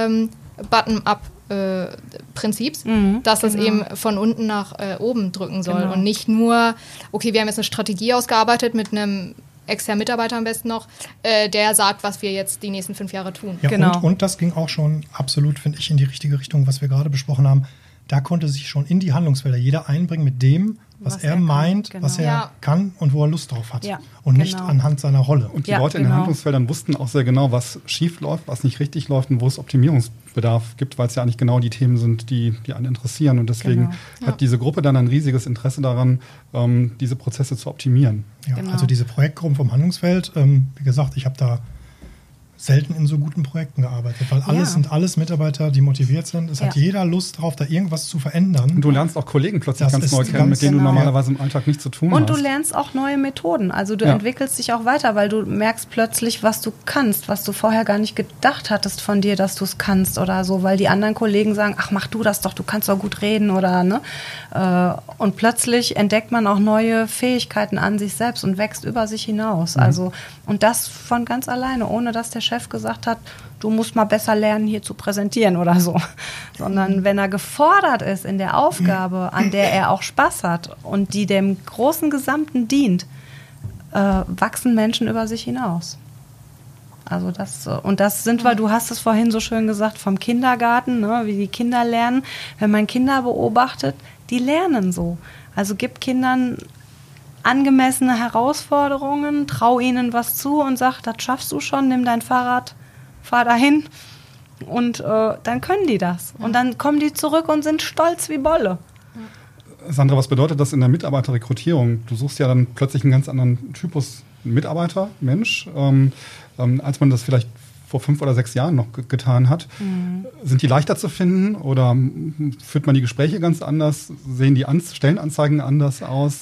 Bottom-up-Prinzips, dass das eben von unten nach oben drücken soll und nicht nur, okay, wir haben jetzt eine Strategie ausgearbeitet mit einem externen Mitarbeiter am besten noch, der sagt, was wir jetzt die nächsten 5 Jahre tun. Ja, und das ging auch schon absolut, finde ich, in die richtige Richtung, was wir gerade besprochen haben. Da konnte sich schon in die Handlungsfelder jeder einbringen mit dem, was er meint, was er kann und wo er Lust drauf hat. Ja, und nicht anhand seiner Rolle. Und die Leute in den Handlungsfeldern wussten auch sehr genau, was schief läuft, was nicht richtig läuft und wo es Optimierungsbedarf gibt, weil es ja eigentlich genau die Themen sind, die einen interessieren. Und deswegen hat diese Gruppe dann ein riesiges Interesse daran, diese Prozesse zu optimieren. Ja, also diese Projektgruppen vom Handlungsfeld, wie gesagt, ich habe da selten in so guten Projekten gearbeitet, weil sind alles Mitarbeiter, die motiviert sind. Es hat jeder Lust drauf, da irgendwas zu verändern. Und du lernst auch Kollegen plötzlich ganz neu kennen, mit denen du normalerweise im Alltag nichts zu tun hast. Und du lernst auch neue Methoden. Also du entwickelst dich auch weiter, weil du merkst plötzlich, was du kannst, was du vorher gar nicht gedacht hattest von dir, dass du es kannst oder so, weil die anderen Kollegen sagen, ach, mach du das doch, du kannst doch gut reden oder ne. Und plötzlich entdeckt man auch neue Fähigkeiten an sich selbst und wächst über sich hinaus. Also, und das von ganz alleine, ohne dass der Chef gesagt hat, du musst mal besser lernen, hier zu präsentieren oder so. Sondern wenn er gefordert ist in der Aufgabe, an der er auch Spaß hat und die dem großen Gesamten dient, wachsen Menschen über sich hinaus. Also das sind wir, du hast es vorhin so schön gesagt, vom Kindergarten, ne, wie die Kinder lernen. Wenn man Kinder beobachtet, die lernen so. Also gib Kindern angemessene Herausforderungen, trau ihnen was zu und sag, das schaffst du schon, nimm dein Fahrrad, fahr dahin und dann können die das. Und dann kommen die zurück und sind stolz wie Bolle. Sandra, was bedeutet das in der Mitarbeiterrekrutierung? Du suchst ja dann plötzlich einen ganz anderen Typus Mitarbeiter, Mensch, als man das vielleicht vor 5 oder 6 Jahren noch getan hat. Sind die leichter zu finden oder führt man die Gespräche ganz anders? Sehen die Stellenanzeigen anders aus?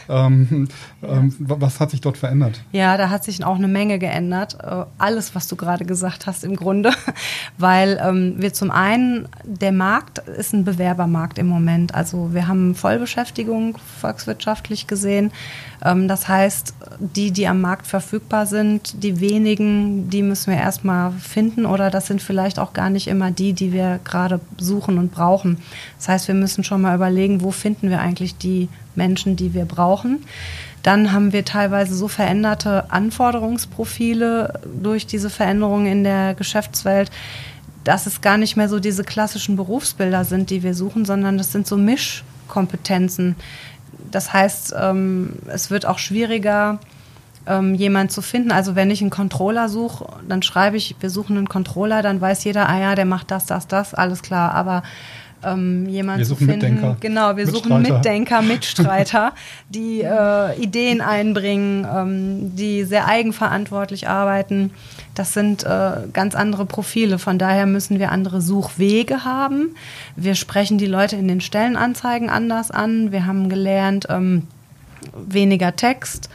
Was hat sich dort verändert? Ja, da hat sich auch eine Menge geändert. Alles, was du gerade gesagt hast im Grunde. Weil wir zum einen, der Markt ist ein Bewerbermarkt im Moment. Also wir haben Vollbeschäftigung volkswirtschaftlich gesehen. Das heißt, die am Markt verfügbar sind, die wenigen, die müssen wir erstmal finden oder das sind vielleicht auch gar nicht immer die wir gerade suchen und brauchen. Das heißt, wir müssen schon mal überlegen, wo finden wir eigentlich die Menschen, die wir brauchen. Dann haben wir teilweise so veränderte Anforderungsprofile durch diese Veränderungen in der Geschäftswelt, dass es gar nicht mehr so diese klassischen Berufsbilder sind, die wir suchen, sondern das sind so Mischkompetenzen. Das heißt, es wird auch schwieriger, jemanden zu finden. Also wenn ich einen Controller suche, dann schreibe ich, wir suchen einen Controller, dann weiß jeder, der macht das, alles klar. Aber jemanden zu finden, Mitdenker. Genau, wir suchen Mitdenker, Mitstreiter, die Ideen einbringen, die sehr eigenverantwortlich arbeiten. Das sind ganz andere Profile. Von daher müssen wir andere Suchwege haben. Wir sprechen die Leute in den Stellenanzeigen anders an. Wir haben gelernt, weniger Text,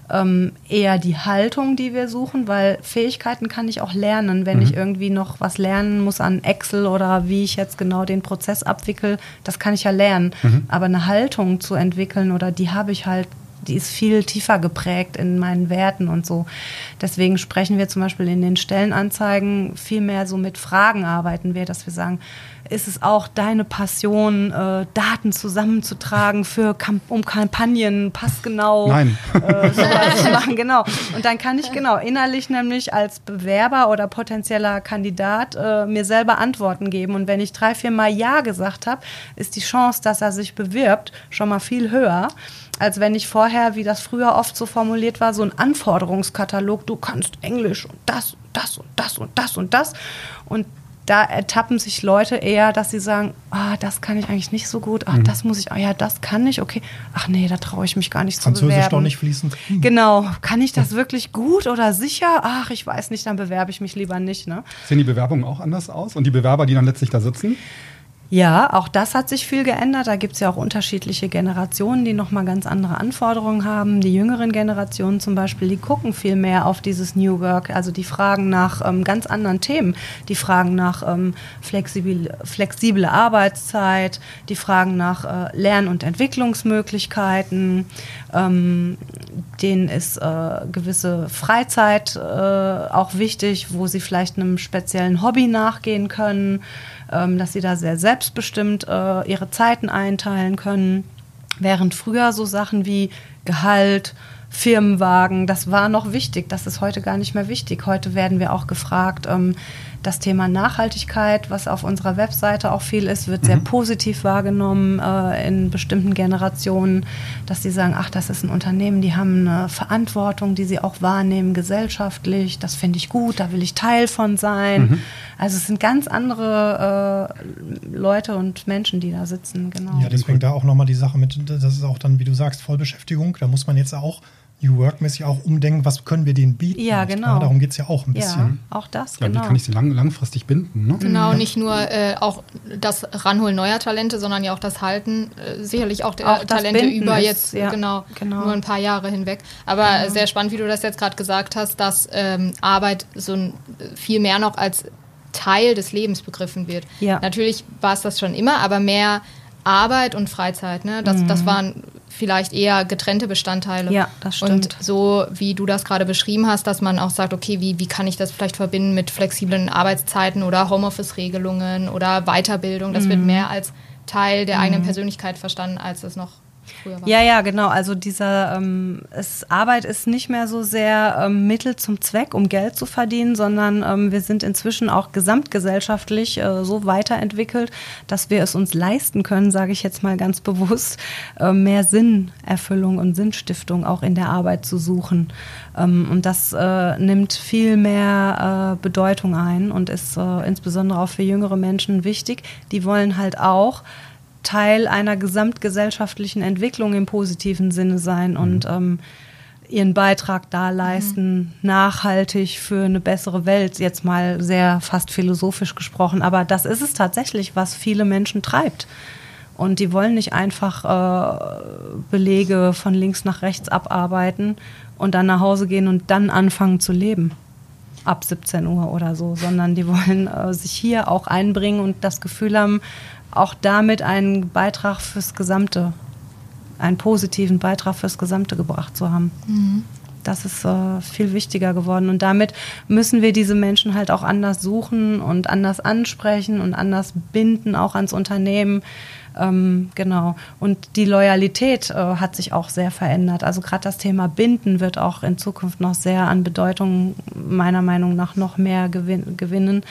eher die Haltung, die wir suchen, weil Fähigkeiten kann ich auch lernen. Wenn ich irgendwie noch was lernen muss an Excel oder wie ich jetzt genau den Prozess abwickle, das kann ich ja lernen. Aber eine Haltung zu entwickeln oder die habe ich halt, die ist viel tiefer geprägt in meinen Werten und so. Deswegen sprechen wir zum Beispiel in den Stellenanzeigen viel mehr so mit Fragen arbeiten wir, dass wir sagen, ist es auch deine Passion, Daten zusammenzutragen um Kampagnen passgenau sowas zu machen, genau. Und dann kann ich innerlich nämlich als Bewerber oder potenzieller Kandidat mir selber Antworten geben. Und wenn ich 3-4 Mal Ja gesagt habe, ist die Chance, dass er sich bewirbt, schon mal viel höher, als wenn ich vorher, wie das früher oft so formuliert war, so ein Anforderungskatalog, du kannst Englisch und das und das und das und das. Und da ertappen sich Leute eher, dass sie sagen, das kann ich eigentlich nicht so gut, das muss ich, das kann ich, okay, ach nee, da traue ich mich gar nicht zu bewerben. Französisch doch nicht fließend. Genau, kann ich das wirklich gut oder sicher? Ach, ich weiß nicht, dann bewerbe ich mich lieber nicht. Ne? Sehen die Bewerbungen auch anders aus und die Bewerber, die dann letztlich da sitzen? Ja, auch das hat sich viel geändert. Da gibt es ja auch unterschiedliche Generationen, die nochmal ganz andere Anforderungen haben. Die jüngeren Generationen zum Beispiel, die gucken viel mehr auf dieses New Work. Also die fragen nach ganz anderen Themen. Die fragen nach flexible Arbeitszeit, die fragen nach Lern- und Entwicklungsmöglichkeiten. Denen ist gewisse Freizeit auch wichtig, wo sie vielleicht einem speziellen Hobby nachgehen können, dass sie da sehr selbstbestimmt ihre Zeiten einteilen können. Während früher so Sachen wie Gehalt, Firmenwagen, das war noch wichtig. Das ist heute gar nicht mehr wichtig. Heute werden wir auch gefragt, das Thema Nachhaltigkeit, was auf unserer Webseite auch viel ist, wird sehr positiv wahrgenommen in bestimmten Generationen, dass sie sagen, ach, das ist ein Unternehmen, die haben eine Verantwortung, die sie auch wahrnehmen gesellschaftlich, das finde ich gut, da will ich Teil von sein. Also es sind ganz andere Leute und Menschen, die da sitzen. Genau. Ja, deswegen da auch nochmal die Sache mit, das ist auch dann, wie du sagst, Vollbeschäftigung, da muss man jetzt auch New Work-mäßig auch umdenken, was können wir denen bieten? Ja, genau. Darum geht es ja auch ein bisschen. Ja, auch das, ja, genau. Wie kann ich sie langfristig binden? Ne? Genau, nicht nur auch das Ranholen neuer Talente, sondern ja auch das Halten, sicherlich auch der Talente über jetzt genau, nur ein paar Jahre hinweg. Aber sehr spannend, wie du das jetzt gerade gesagt hast, dass Arbeit so viel mehr noch als Teil des Lebens begriffen wird. Ja. Natürlich war es das schon immer, aber mehr Arbeit und Freizeit, ne? Das waren vielleicht eher getrennte Bestandteile. Ja, das stimmt. Und so, wie du das gerade beschrieben hast, dass man auch sagt, okay, wie kann ich das vielleicht verbinden mit flexiblen Arbeitszeiten oder Homeoffice-Regelungen oder Weiterbildung? Das wird mehr als Teil der eigenen Persönlichkeit verstanden, als es noch früher war. Ja, genau. Also Arbeit ist nicht mehr so sehr Mittel zum Zweck, um Geld zu verdienen, sondern wir sind inzwischen auch gesamtgesellschaftlich so weiterentwickelt, dass wir es uns leisten können, sage ich jetzt mal ganz bewusst, mehr Sinnerfüllung und Sinnstiftung auch in der Arbeit zu suchen. Und das nimmt viel mehr Bedeutung ein und ist insbesondere auch für jüngere Menschen wichtig. Die wollen halt auch Teil einer gesamtgesellschaftlichen Entwicklung im positiven Sinne sein und ihren Beitrag da leisten, nachhaltig für eine bessere Welt, jetzt mal sehr fast philosophisch gesprochen. Aber das ist es tatsächlich, was viele Menschen treibt. Und die wollen nicht einfach Belege von links nach rechts abarbeiten und dann nach Hause gehen und dann anfangen zu leben. Ab 17 Uhr oder so, sondern die wollen sich hier auch einbringen und das Gefühl haben, auch damit einen Beitrag fürs Gesamte, einen positiven Beitrag fürs Gesamte gebracht zu haben. Das ist viel wichtiger geworden. Und damit müssen wir diese Menschen halt auch anders suchen und anders ansprechen und anders binden, auch ans Unternehmen. Genau. Und die Loyalität hat sich auch sehr verändert. Also gerade das Thema Binden wird auch in Zukunft noch sehr an Bedeutung, meiner Meinung nach, noch mehr gewinnen.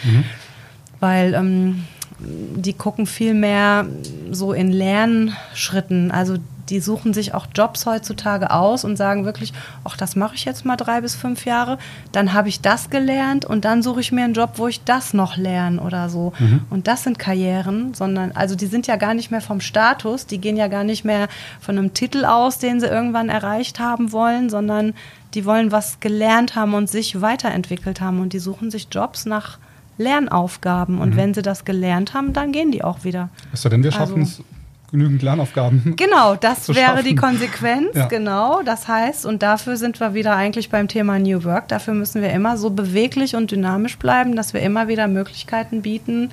Weil die gucken viel mehr so in Lernschritten. Also die suchen sich auch Jobs heutzutage aus und sagen wirklich, ach, das mache ich jetzt mal 3 bis 5 Jahre, dann habe ich das gelernt und dann suche ich mir einen Job, wo ich das noch lerne oder so. Und das sind Karrieren, sondern, also die sind ja gar nicht mehr vom Status, die gehen ja gar nicht mehr von einem Titel aus, den sie irgendwann erreicht haben wollen, sondern die wollen was gelernt haben und sich weiterentwickelt haben und die suchen sich Jobs nach Lernaufgaben. Und wenn sie das gelernt haben, dann gehen die auch wieder. Was denn, wir schaffen es, genügend Lernaufgaben. Genau, das wäre die Konsequenz, genau. Das heißt, und dafür sind wir wieder eigentlich beim Thema New Work, dafür müssen wir immer so beweglich und dynamisch bleiben, dass wir immer wieder Möglichkeiten bieten,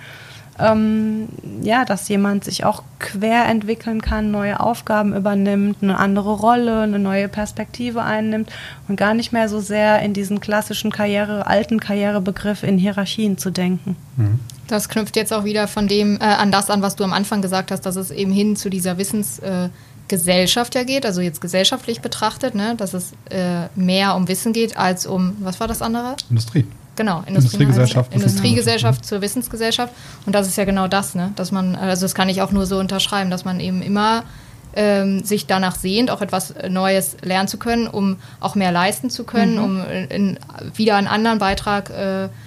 dass jemand sich auch quer entwickeln kann, neue Aufgaben übernimmt, eine andere Rolle, eine neue Perspektive einnimmt und gar nicht mehr so sehr in diesen klassischen alten Karrierebegriff in Hierarchien zu denken. Das knüpft jetzt auch wieder von dem an das an, was du am Anfang gesagt hast, dass es eben hin zu dieser Wissensgesellschaft ja geht, also jetzt gesellschaftlich betrachtet, ne, dass es mehr um Wissen geht als um, was war das andere? Industrie. Genau, Industriegesellschaft zur Wissensgesellschaft. Und das ist ja genau das, ne? Dass man, also das kann ich auch nur so unterschreiben, dass man eben immer sich danach sehnt, auch etwas Neues lernen zu können, um auch mehr leisten zu können, um wieder einen anderen Beitrag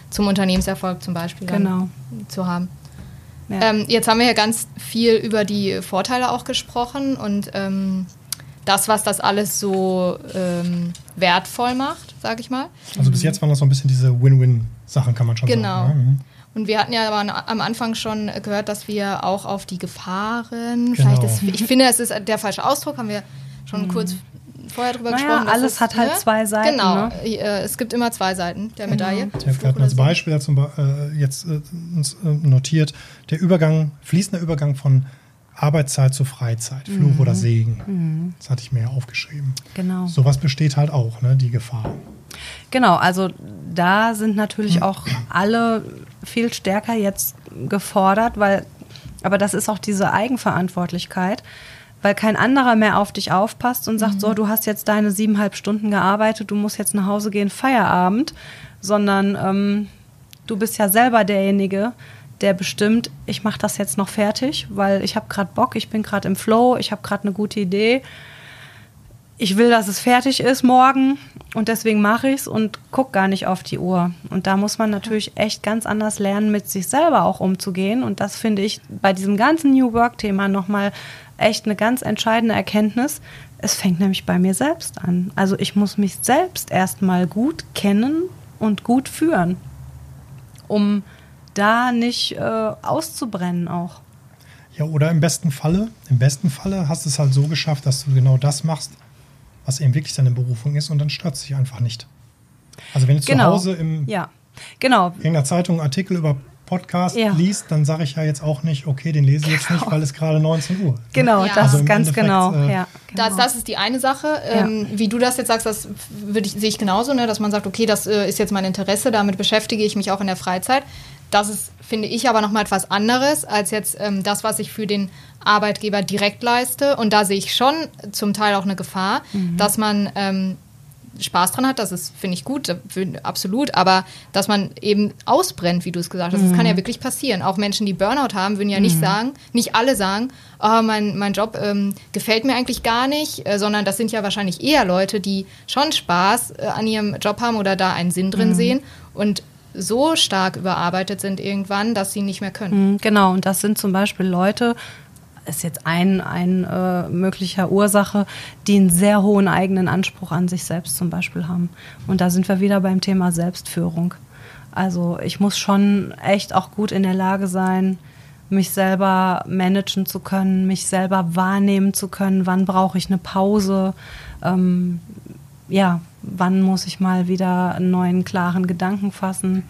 zum Unternehmenserfolg zum Beispiel zu haben. Ja. Jetzt haben wir ja ganz viel über die Vorteile auch gesprochen und das, was das alles so wertvoll macht, sage ich mal. Also bis jetzt waren das so ein bisschen diese Win-Win-Sachen, kann man schon sagen. Genau. Ne? Und wir hatten ja aber am Anfang schon gehört, dass wir auch auf die Gefahren, ich finde, es ist der falsche Ausdruck, haben wir schon kurz vorher drüber gesprochen. Alles hat halt zwei Seiten. Genau, ne? Es gibt immer zwei Seiten der Medaille. Wir hatten als Beispiel jetzt uns notiert, fließender Übergang von Arbeitszeit zu Freizeit, Fluch oder Segen. Das hatte ich mir ja aufgeschrieben. Genau. Sowas besteht halt auch, ne, die Gefahr. Genau, also da sind natürlich auch alle viel stärker jetzt gefordert, aber das ist auch diese Eigenverantwortlichkeit, weil kein anderer mehr auf dich aufpasst und sagt, so, du hast jetzt deine 7,5 Stunden gearbeitet, du musst jetzt nach Hause gehen, Feierabend, sondern du bist ja selber derjenige, der bestimmt, ich mache das jetzt noch fertig, weil ich habe gerade Bock, ich bin gerade im Flow, ich habe gerade eine gute Idee. Ich will, dass es fertig ist morgen und deswegen mache ich es und gucke gar nicht auf die Uhr. Und da muss man natürlich echt ganz anders lernen, mit sich selber auch umzugehen. Und das finde ich bei diesem ganzen New Work-Thema nochmal echt eine ganz entscheidende Erkenntnis. Es fängt nämlich bei mir selbst an. Also ich muss mich selbst erstmal gut kennen und gut führen, um da nicht auszubrennen auch. Ja, oder im besten Falle hast du es halt so geschafft, dass du genau das machst, was eben wirklich deine Berufung ist und dann stört es dich einfach nicht. Also wenn du zu Hause in irgendeiner Zeitung einen Artikel über Podcast liest, dann sage ich ja jetzt auch nicht, okay, den lese ich jetzt nicht, weil es gerade 19 Uhr ist. Genau, das also ist ganz genau. Das ist die eine Sache. Wie du das jetzt sagst, das sehe ich genauso, ne, dass man sagt, okay, das ist jetzt mein Interesse, damit beschäftige ich mich auch in der Freizeit. Das ist, finde ich, aber nochmal etwas anderes als jetzt das, was ich für den Arbeitgeber direkt leiste. Und da sehe ich schon zum Teil auch eine Gefahr, dass man Spaß dran hat. Das ist, finde ich, gut, absolut. Aber dass man eben ausbrennt, wie du es gesagt hast, das kann ja wirklich passieren. Auch Menschen, die Burnout haben, würden ja nicht alle sagen, oh, mein Job gefällt mir eigentlich gar nicht, sondern das sind ja wahrscheinlich eher Leute, die schon Spaß an ihrem Job haben oder da einen Sinn drin sehen und so stark überarbeitet sind irgendwann, dass sie nicht mehr können. Genau, und das sind zum Beispiel Leute, ist jetzt ein möglicher Ursache, die einen sehr hohen eigenen Anspruch an sich selbst zum Beispiel haben. Und da sind wir wieder beim Thema Selbstführung. Also ich muss schon echt auch gut in der Lage sein, mich selber managen zu können, mich selber wahrnehmen zu können, wann brauche ich eine Pause, wann muss ich mal wieder einen neuen, klaren Gedanken fassen.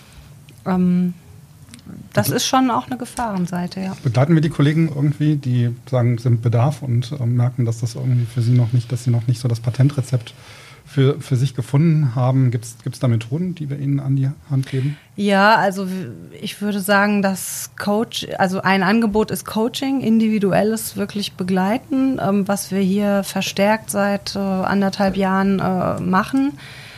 Das ist schon auch eine Gefahrenseite, ja. Begleiten wir die Kollegen irgendwie, die sagen, es sind Bedarf und merken, dass das irgendwie für sie dass sie noch nicht so das Patentrezept für sich gefunden haben? Gibt es da Methoden, die wir ihnen an die Hand geben? Ja, also ich würde sagen, dass ein Angebot ist Coaching, individuelles wirklich begleiten, was wir hier verstärkt seit 1,5 Jahren machen.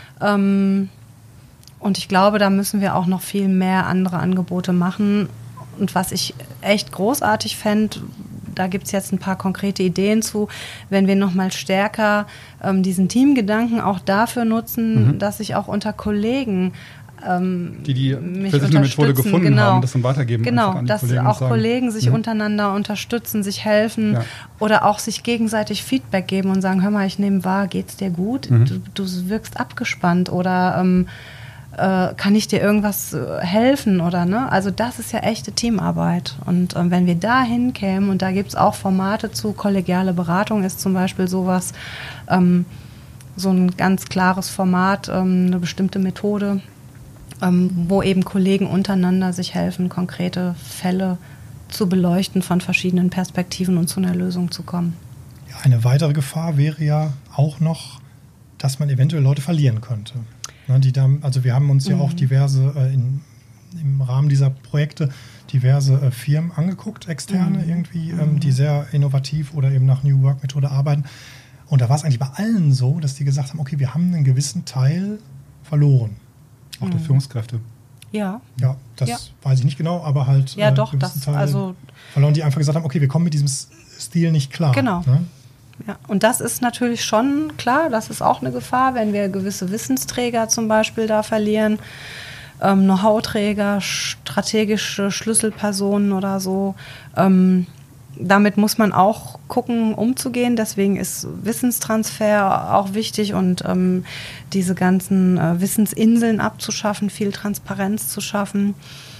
Und ich glaube, da müssen wir auch noch viel mehr andere Angebote machen. Und was ich echt großartig fände, da gibt es jetzt ein paar konkrete Ideen zu, wenn wir noch mal stärker diesen Teamgedanken auch dafür nutzen, dass ich auch unter Kollegen die für sich eine Methode gefunden haben, das dann weitergeben. Genau, an die dass Kollegen auch Kollegen sich untereinander unterstützen, sich helfen oder auch sich gegenseitig Feedback geben und sagen, hör mal, ich nehme wahr, geht's dir gut? Du wirkst abgespannt oder kann ich dir irgendwas helfen oder ne? Also das ist ja echte Teamarbeit. Und wenn wir da hinkämen, und da gibt es auch Formate zu, kollegiale Beratung ist zum Beispiel sowas, so ein ganz klares Format, eine bestimmte Methode, wo eben Kollegen untereinander sich helfen, konkrete Fälle zu beleuchten von verschiedenen Perspektiven und zu einer Lösung zu kommen. Ja, eine weitere Gefahr wäre ja auch noch, dass man eventuell Leute verlieren könnte. Also wir haben uns ja auch diverse, im Rahmen dieser Projekte, diverse Firmen angeguckt, externe irgendwie, die sehr innovativ oder eben nach New Work Methode arbeiten. Und da war es eigentlich bei allen so, dass die gesagt haben, okay, wir haben einen gewissen Teil verloren. Auch der Führungskräfte. Ja. Ja, das weiß ich nicht genau, aber halt ja, doch, gewissen Teil verloren, die einfach gesagt haben, okay, wir kommen mit diesem Stil nicht klar. Genau. Ne? Ja, und das ist natürlich schon klar, das ist auch eine Gefahr, wenn wir gewisse Wissensträger zum Beispiel da verlieren. Know-how-Träger, strategische Schlüsselpersonen oder so. Damit muss man auch gucken, umzugehen. Deswegen ist Wissenstransfer auch wichtig und diese ganzen Wissensinseln abzuschaffen, viel Transparenz zu schaffen.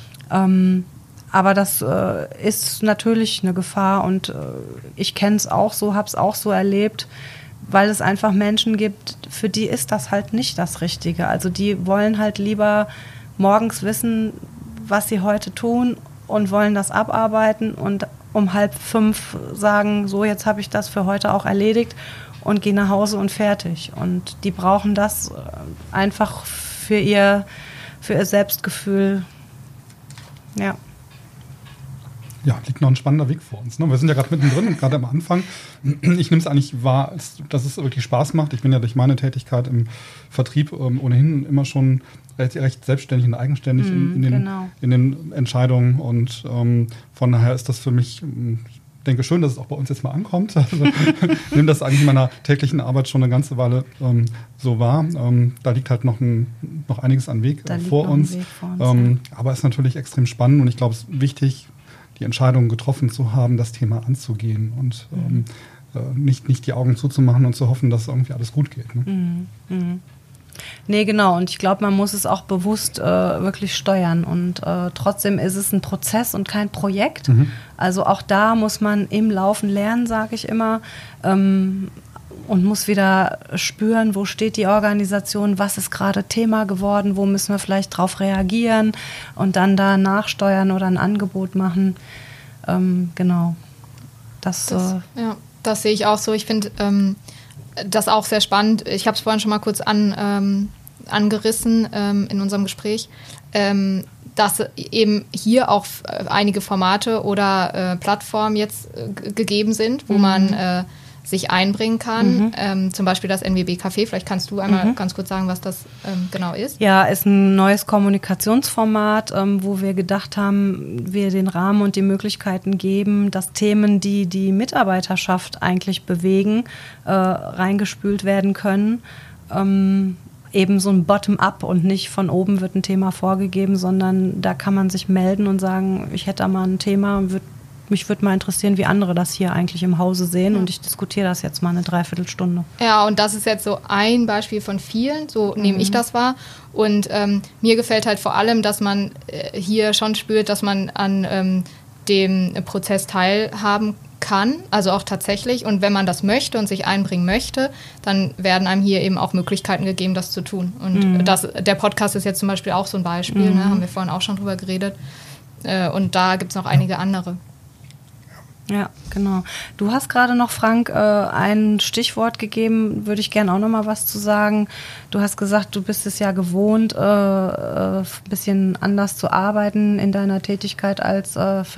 Aber das ist natürlich eine Gefahr und ich kenne es auch so, habe es auch so erlebt, weil es einfach Menschen gibt, für die ist das halt nicht das Richtige. Also die wollen halt lieber morgens wissen, was sie heute tun und wollen das abarbeiten und um 4:30 sagen, so jetzt habe ich das für heute auch erledigt und gehe nach Hause und fertig. Und die brauchen das einfach für ihr Selbstgefühl. Ja. Ja, liegt noch ein spannender Weg vor uns. Ne? Wir sind ja gerade mittendrin und gerade am Anfang. Ich nehme es eigentlich wahr, dass es wirklich Spaß macht. Ich bin ja durch meine Tätigkeit im Vertrieb ohnehin immer schon recht selbstständig und eigenständig in den Entscheidungen. Und von daher ist das für mich, ich denke schön, dass es auch bei uns jetzt mal ankommt. Also ich nehme das eigentlich in meiner täglichen Arbeit schon eine ganze Weile so wahr. Da liegt halt noch einiges an Weg vor uns. Aber es ist natürlich extrem spannend und ich glaube, es ist wichtig, die Entscheidung getroffen zu haben, das Thema anzugehen und nicht die Augen zuzumachen und zu hoffen, dass irgendwie alles gut geht. Ne? Nee, genau. Und ich glaube, man muss es auch bewusst wirklich steuern. Und trotzdem ist es ein Prozess und kein Projekt. Also auch da muss man im Laufen lernen, sage ich immer. Und muss wieder spüren, wo steht die Organisation, was ist gerade Thema geworden, wo müssen wir vielleicht drauf reagieren und dann da nachsteuern oder ein Angebot machen. Genau. Das sehe ich auch so. Ich finde das auch sehr spannend. Ich habe es vorhin schon mal kurz angerissen in unserem Gespräch, dass eben hier auch einige Formate oder Plattformen jetzt gegeben sind, wo man sich einbringen kann. Zum Beispiel das NWB Café. Vielleicht kannst du einmal ganz kurz sagen, was das genau ist. Ja, ist ein neues Kommunikationsformat, wo wir gedacht haben, wir den Rahmen und die Möglichkeiten geben, dass Themen, die die Mitarbeiterschaft eigentlich bewegen, reingespült werden können. Eben so ein Bottom-up und nicht von oben wird ein Thema vorgegeben, sondern da kann man sich melden und sagen, ich hätte da mal ein Thema und mich würde mal interessieren, wie andere das hier eigentlich im Hause sehen und ich diskutiere das jetzt mal eine Dreiviertelstunde. Ja, und das ist jetzt so ein Beispiel von vielen, so nehme ich das wahr. Und mir gefällt halt vor allem, dass man hier schon spürt, dass man an dem Prozess teilhaben kann, also auch tatsächlich. Und wenn man das möchte und sich einbringen möchte, dann werden einem hier eben auch Möglichkeiten gegeben, das zu tun. Und der Podcast ist jetzt zum Beispiel auch so ein Beispiel, ne? Haben wir vorhin auch schon drüber geredet. Und da gibt es noch einige andere. Ja, genau. Du hast gerade noch, Frank, ein Stichwort gegeben, würde ich gerne auch noch mal was zu sagen. Du hast gesagt, du bist es ja gewohnt, ein bisschen anders zu arbeiten in deiner Tätigkeit als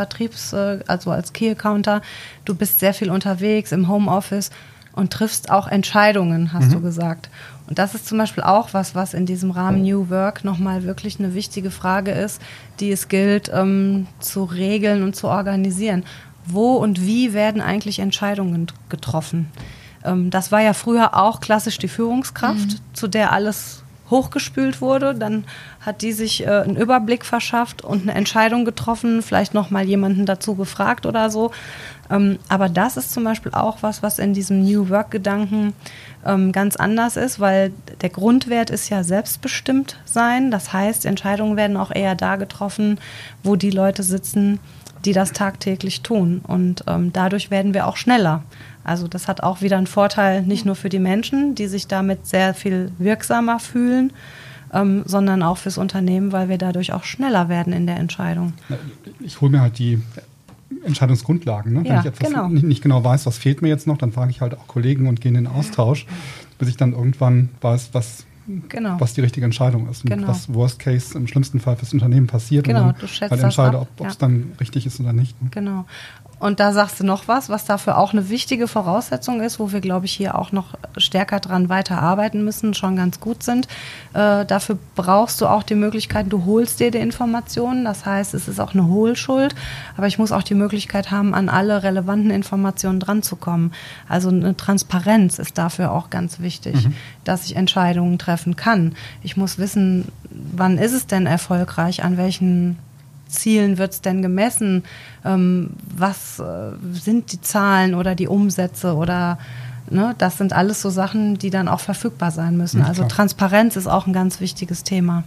also als Key-Accounter. Du bist sehr viel unterwegs im Homeoffice und triffst auch Entscheidungen, hast du gesagt. Und das ist zum Beispiel auch was in diesem Rahmen New Work nochmal wirklich eine wichtige Frage ist, die es gilt zu regeln und zu organisieren. Wo und wie werden eigentlich Entscheidungen getroffen? Das war ja früher auch klassisch die Führungskraft, zu der alles hochgespült wurde. Dann hat die sich einen Überblick verschafft und eine Entscheidung getroffen, vielleicht noch mal jemanden dazu gefragt oder so. Aber das ist zum Beispiel auch was in diesem New Work-Gedanken ganz anders ist, weil der Grundwert ist ja selbstbestimmt sein. Das heißt, Entscheidungen werden auch eher da getroffen, wo die Leute sitzen, die das tagtäglich tun. Und dadurch werden wir auch schneller. Also das hat auch wieder einen Vorteil, nicht nur für die Menschen, die sich damit sehr viel wirksamer fühlen, sondern auch fürs Unternehmen, weil wir dadurch auch schneller werden in der Entscheidung. Ich hole mir halt die Entscheidungsgrundlagen. Ne? Wenn ich etwas nicht genau weiß, was fehlt mir jetzt noch, dann frage ich halt auch Kollegen und gehe in den Austausch, bis ich dann irgendwann weiß, was die richtige Entscheidung ist und was Worst Case im schlimmsten Fall fürs Unternehmen passiert. Genau, und du schätzt halt entscheide, ob es dann richtig ist oder nicht. Ne? Genau. Und da sagst du noch was dafür auch eine wichtige Voraussetzung ist, wo wir, glaube ich, hier auch noch stärker dran weiterarbeiten müssen, schon ganz gut sind. Dafür brauchst du auch die Möglichkeit, du holst dir die Informationen. Das heißt, es ist auch eine Hohlschuld. Aber ich muss auch die Möglichkeit haben, an alle relevanten Informationen dran zu kommen. Also eine Transparenz ist dafür auch ganz wichtig, dass ich Entscheidungen treffe. treffen kann. Ich muss wissen, wann ist es denn erfolgreich, an welchen Zielen wird es denn gemessen, was sind die Zahlen oder die Umsätze oder das sind alles so Sachen, die dann auch verfügbar sein müssen. Also Transparenz ist auch ein ganz wichtiges Thema,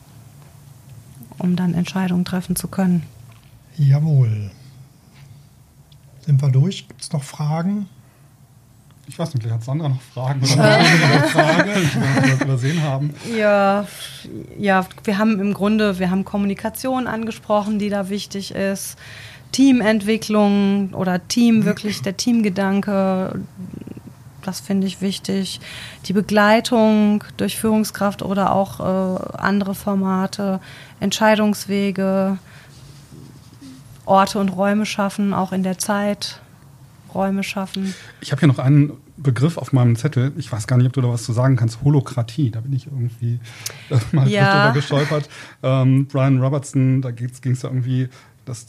um dann Entscheidungen treffen zu können. Jawohl. Sind wir durch? Gibt es noch Fragen? Ich weiß nicht, hat Sandra noch Fragen oder eine Frage, die wir übersehen haben? Ja, wir haben Kommunikation angesprochen, die da wichtig ist. Teamentwicklung oder wirklich der Teamgedanke, das finde ich wichtig. Die Begleitung durch Führungskraft oder auch andere Formate, Entscheidungswege, Orte und Räume schaffen, auch in der Zeit. Räume schaffen. Ich habe hier noch einen Begriff auf meinem Zettel. Ich weiß gar nicht, ob du da was zu sagen kannst. Holokratie. Da bin ich irgendwie mal drüber gestolpert. Brian Robertson, da ging es ja irgendwie, dass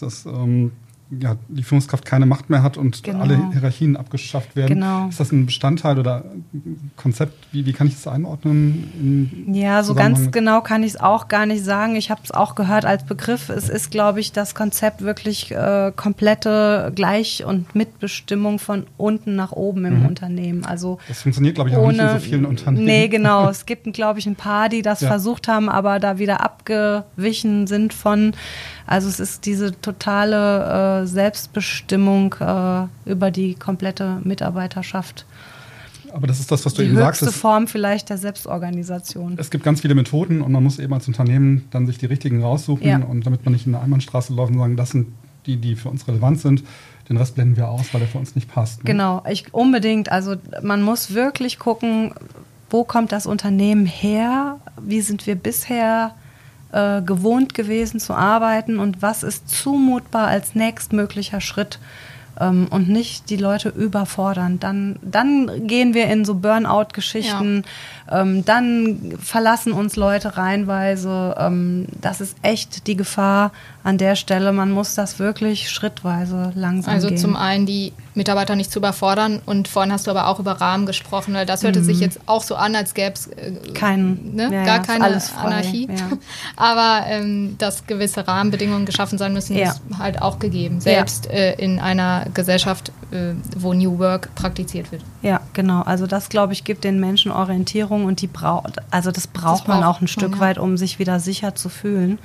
die Führungskraft keine Macht mehr hat und alle Hierarchien abgeschafft werden. Genau. Ist das ein Bestandteil oder ein Konzept? Wie kann ich das einordnen? Ja, so ganz genau kann ich es auch gar nicht sagen. Ich habe es auch gehört als Begriff. Es ist, glaube ich, das Konzept wirklich komplette Gleich- und Mitbestimmung von unten nach oben im Unternehmen. Also das funktioniert, glaube ich, auch nicht in so vielen Unternehmen. Nee, genau. Es gibt, glaube ich, ein paar, die das versucht haben, aber da wieder abgewichen sind von. Also es ist diese totale Selbstbestimmung über die komplette Mitarbeiterschaft. Aber das ist das, was du eben sagst. Die höchste Form vielleicht der Selbstorganisation. Es gibt ganz viele Methoden und man muss eben als Unternehmen dann sich die richtigen raussuchen und damit man nicht in eine Einbahnstraße läuft und sagen, das sind die für uns relevant sind. Den Rest blenden wir aus, weil der für uns nicht passt. Ne? Genau, unbedingt. Also man muss wirklich gucken, wo kommt das Unternehmen her? Wie sind wir bisher gewohnt gewesen zu arbeiten und was ist zumutbar als nächstmöglicher Schritt und nicht die Leute überfordern. Dann gehen wir in so Burnout-Geschichten, dann verlassen uns Leute reihenweise. Das ist echt die Gefahr an der Stelle. Man muss das wirklich schrittweise langsam gehen. Also zum einen die Mitarbeiter nicht zu überfordern und vorhin hast du aber auch über Rahmen gesprochen, weil das hörte sich jetzt auch so an, als gäbe es gar keine Anarchie. Ja. Aber dass gewisse Rahmenbedingungen geschaffen sein müssen, ist halt auch gegeben. Selbst in einer Gesellschaft, wo New Work praktiziert wird. Ja, genau. Also das, glaube ich, gibt den Menschen Orientierung und das braucht man auch ein Stück weit, um sich wieder sicher zu fühlen.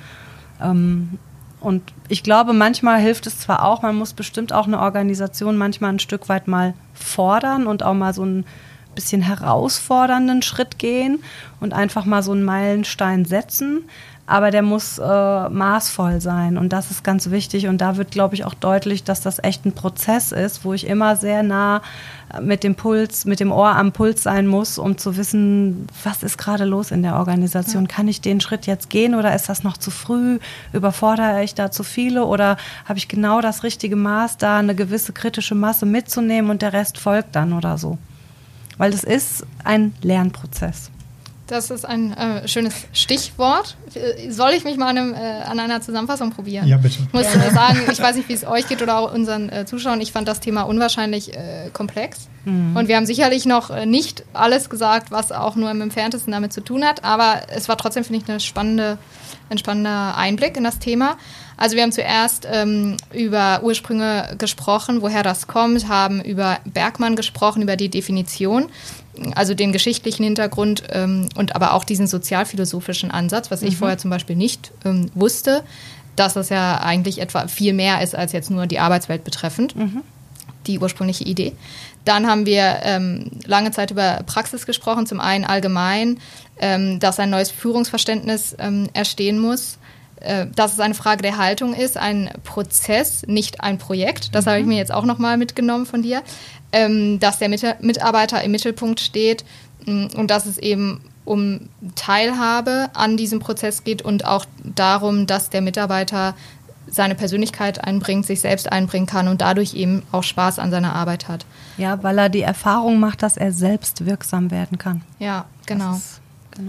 Und ich glaube, manchmal hilft es zwar auch, man muss bestimmt auch eine Organisation manchmal ein Stück weit mal fordern und auch mal so ein bisschen herausfordernden Schritt gehen und einfach mal so einen Meilenstein setzen. Aber der muss maßvoll sein und das ist ganz wichtig. Und da wird, glaube ich, auch deutlich, dass das echt ein Prozess ist, wo ich immer sehr nah mit dem Ohr am Puls sein muss, um zu wissen, was ist gerade los in der Organisation. Ja. Kann ich den Schritt jetzt gehen oder ist das noch zu früh? Überfordere ich da zu viele oder habe ich genau das richtige Maß, da eine gewisse kritische Masse mitzunehmen und der Rest folgt dann oder so? Weil das ist ein Lernprozess. Das ist ein schönes Stichwort. Soll ich mich mal an einer Zusammenfassung probieren? Ja, bitte. Ich muss sagen, ich weiß nicht, wie es euch geht oder auch unseren Zuschauern. Ich fand das Thema unwahrscheinlich komplex. Mhm. Und wir haben sicherlich noch nicht alles gesagt, was auch nur im Entferntesten damit zu tun hat. Aber es war trotzdem, finde ich, ein spannender Einblick in das Thema. Also wir haben zuerst über Ursprünge gesprochen, woher das kommt, haben über Bergmann gesprochen, über die Definition, also den geschichtlichen Hintergrund und aber auch diesen sozialphilosophischen Ansatz, was ich vorher zum Beispiel nicht wusste, dass es ja eigentlich etwa viel mehr ist als jetzt nur die Arbeitswelt betreffend, die ursprüngliche Idee. Dann haben wir lange Zeit über Praxis gesprochen, zum einen allgemein, dass ein neues Führungsverständnis entstehen muss, dass es eine Frage der Haltung ist, ein Prozess, nicht ein Projekt. Das habe ich mir jetzt auch nochmal mitgenommen von dir. Dass der Mitarbeiter im Mittelpunkt steht und dass es eben um Teilhabe an diesem Prozess geht und auch darum, dass der Mitarbeiter seine Persönlichkeit einbringt, sich selbst einbringen kann und dadurch eben auch Spaß an seiner Arbeit hat. Ja, weil er die Erfahrung macht, dass er selbst wirksam werden kann. Ja, genau. Genau.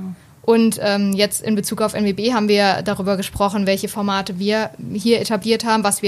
Und jetzt in Bezug auf NWB haben wir darüber gesprochen, welche Formate wir hier etabliert haben, was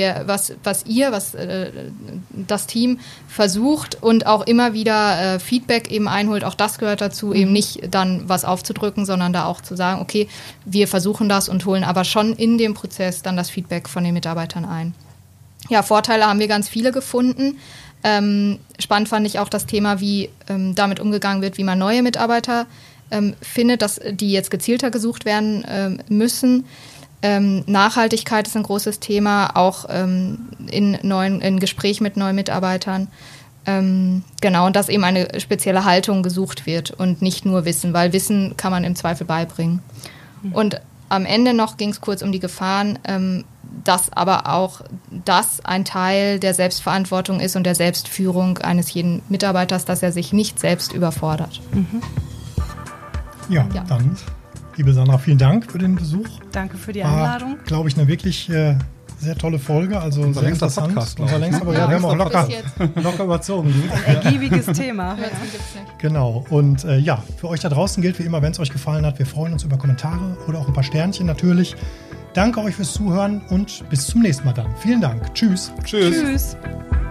das Team versucht und auch immer wieder Feedback eben einholt. Auch das gehört dazu, eben nicht dann was aufzudrücken, sondern da auch zu sagen, okay, wir versuchen das und holen aber schon in dem Prozess dann das Feedback von den Mitarbeitern ein. Ja, Vorteile haben wir ganz viele gefunden. Spannend fand ich auch das Thema, wie damit umgegangen wird, wie man neue Mitarbeiter findet, dass die jetzt gezielter gesucht werden müssen. Nachhaltigkeit ist ein großes Thema, auch in Gespräch mit neuen Mitarbeitern. Genau, und dass eben eine spezielle Haltung gesucht wird und nicht nur Wissen, weil Wissen kann man im Zweifel beibringen. Und am Ende noch ging es kurz um die Gefahren, dass aber auch das ein Teil der Selbstverantwortung ist und der Selbstführung eines jeden Mitarbeiters, dass er sich nicht selbst überfordert. Ja, dann, liebe Sandra, vielen Dank für den Besuch. Danke für die Einladung. Glaube ich, eine wirklich sehr tolle Folge. Also unser sehr interessant. Podcast, unser längster, aber wir haben auch locker überzogen. Ein ergiebiges Thema. Genau. Und für euch da draußen gilt wie immer, wenn es euch gefallen hat, wir freuen uns über Kommentare oder auch ein paar Sternchen natürlich. Danke euch fürs Zuhören und bis zum nächsten Mal dann. Vielen Dank. Tschüss. Tschüss. Tschüss.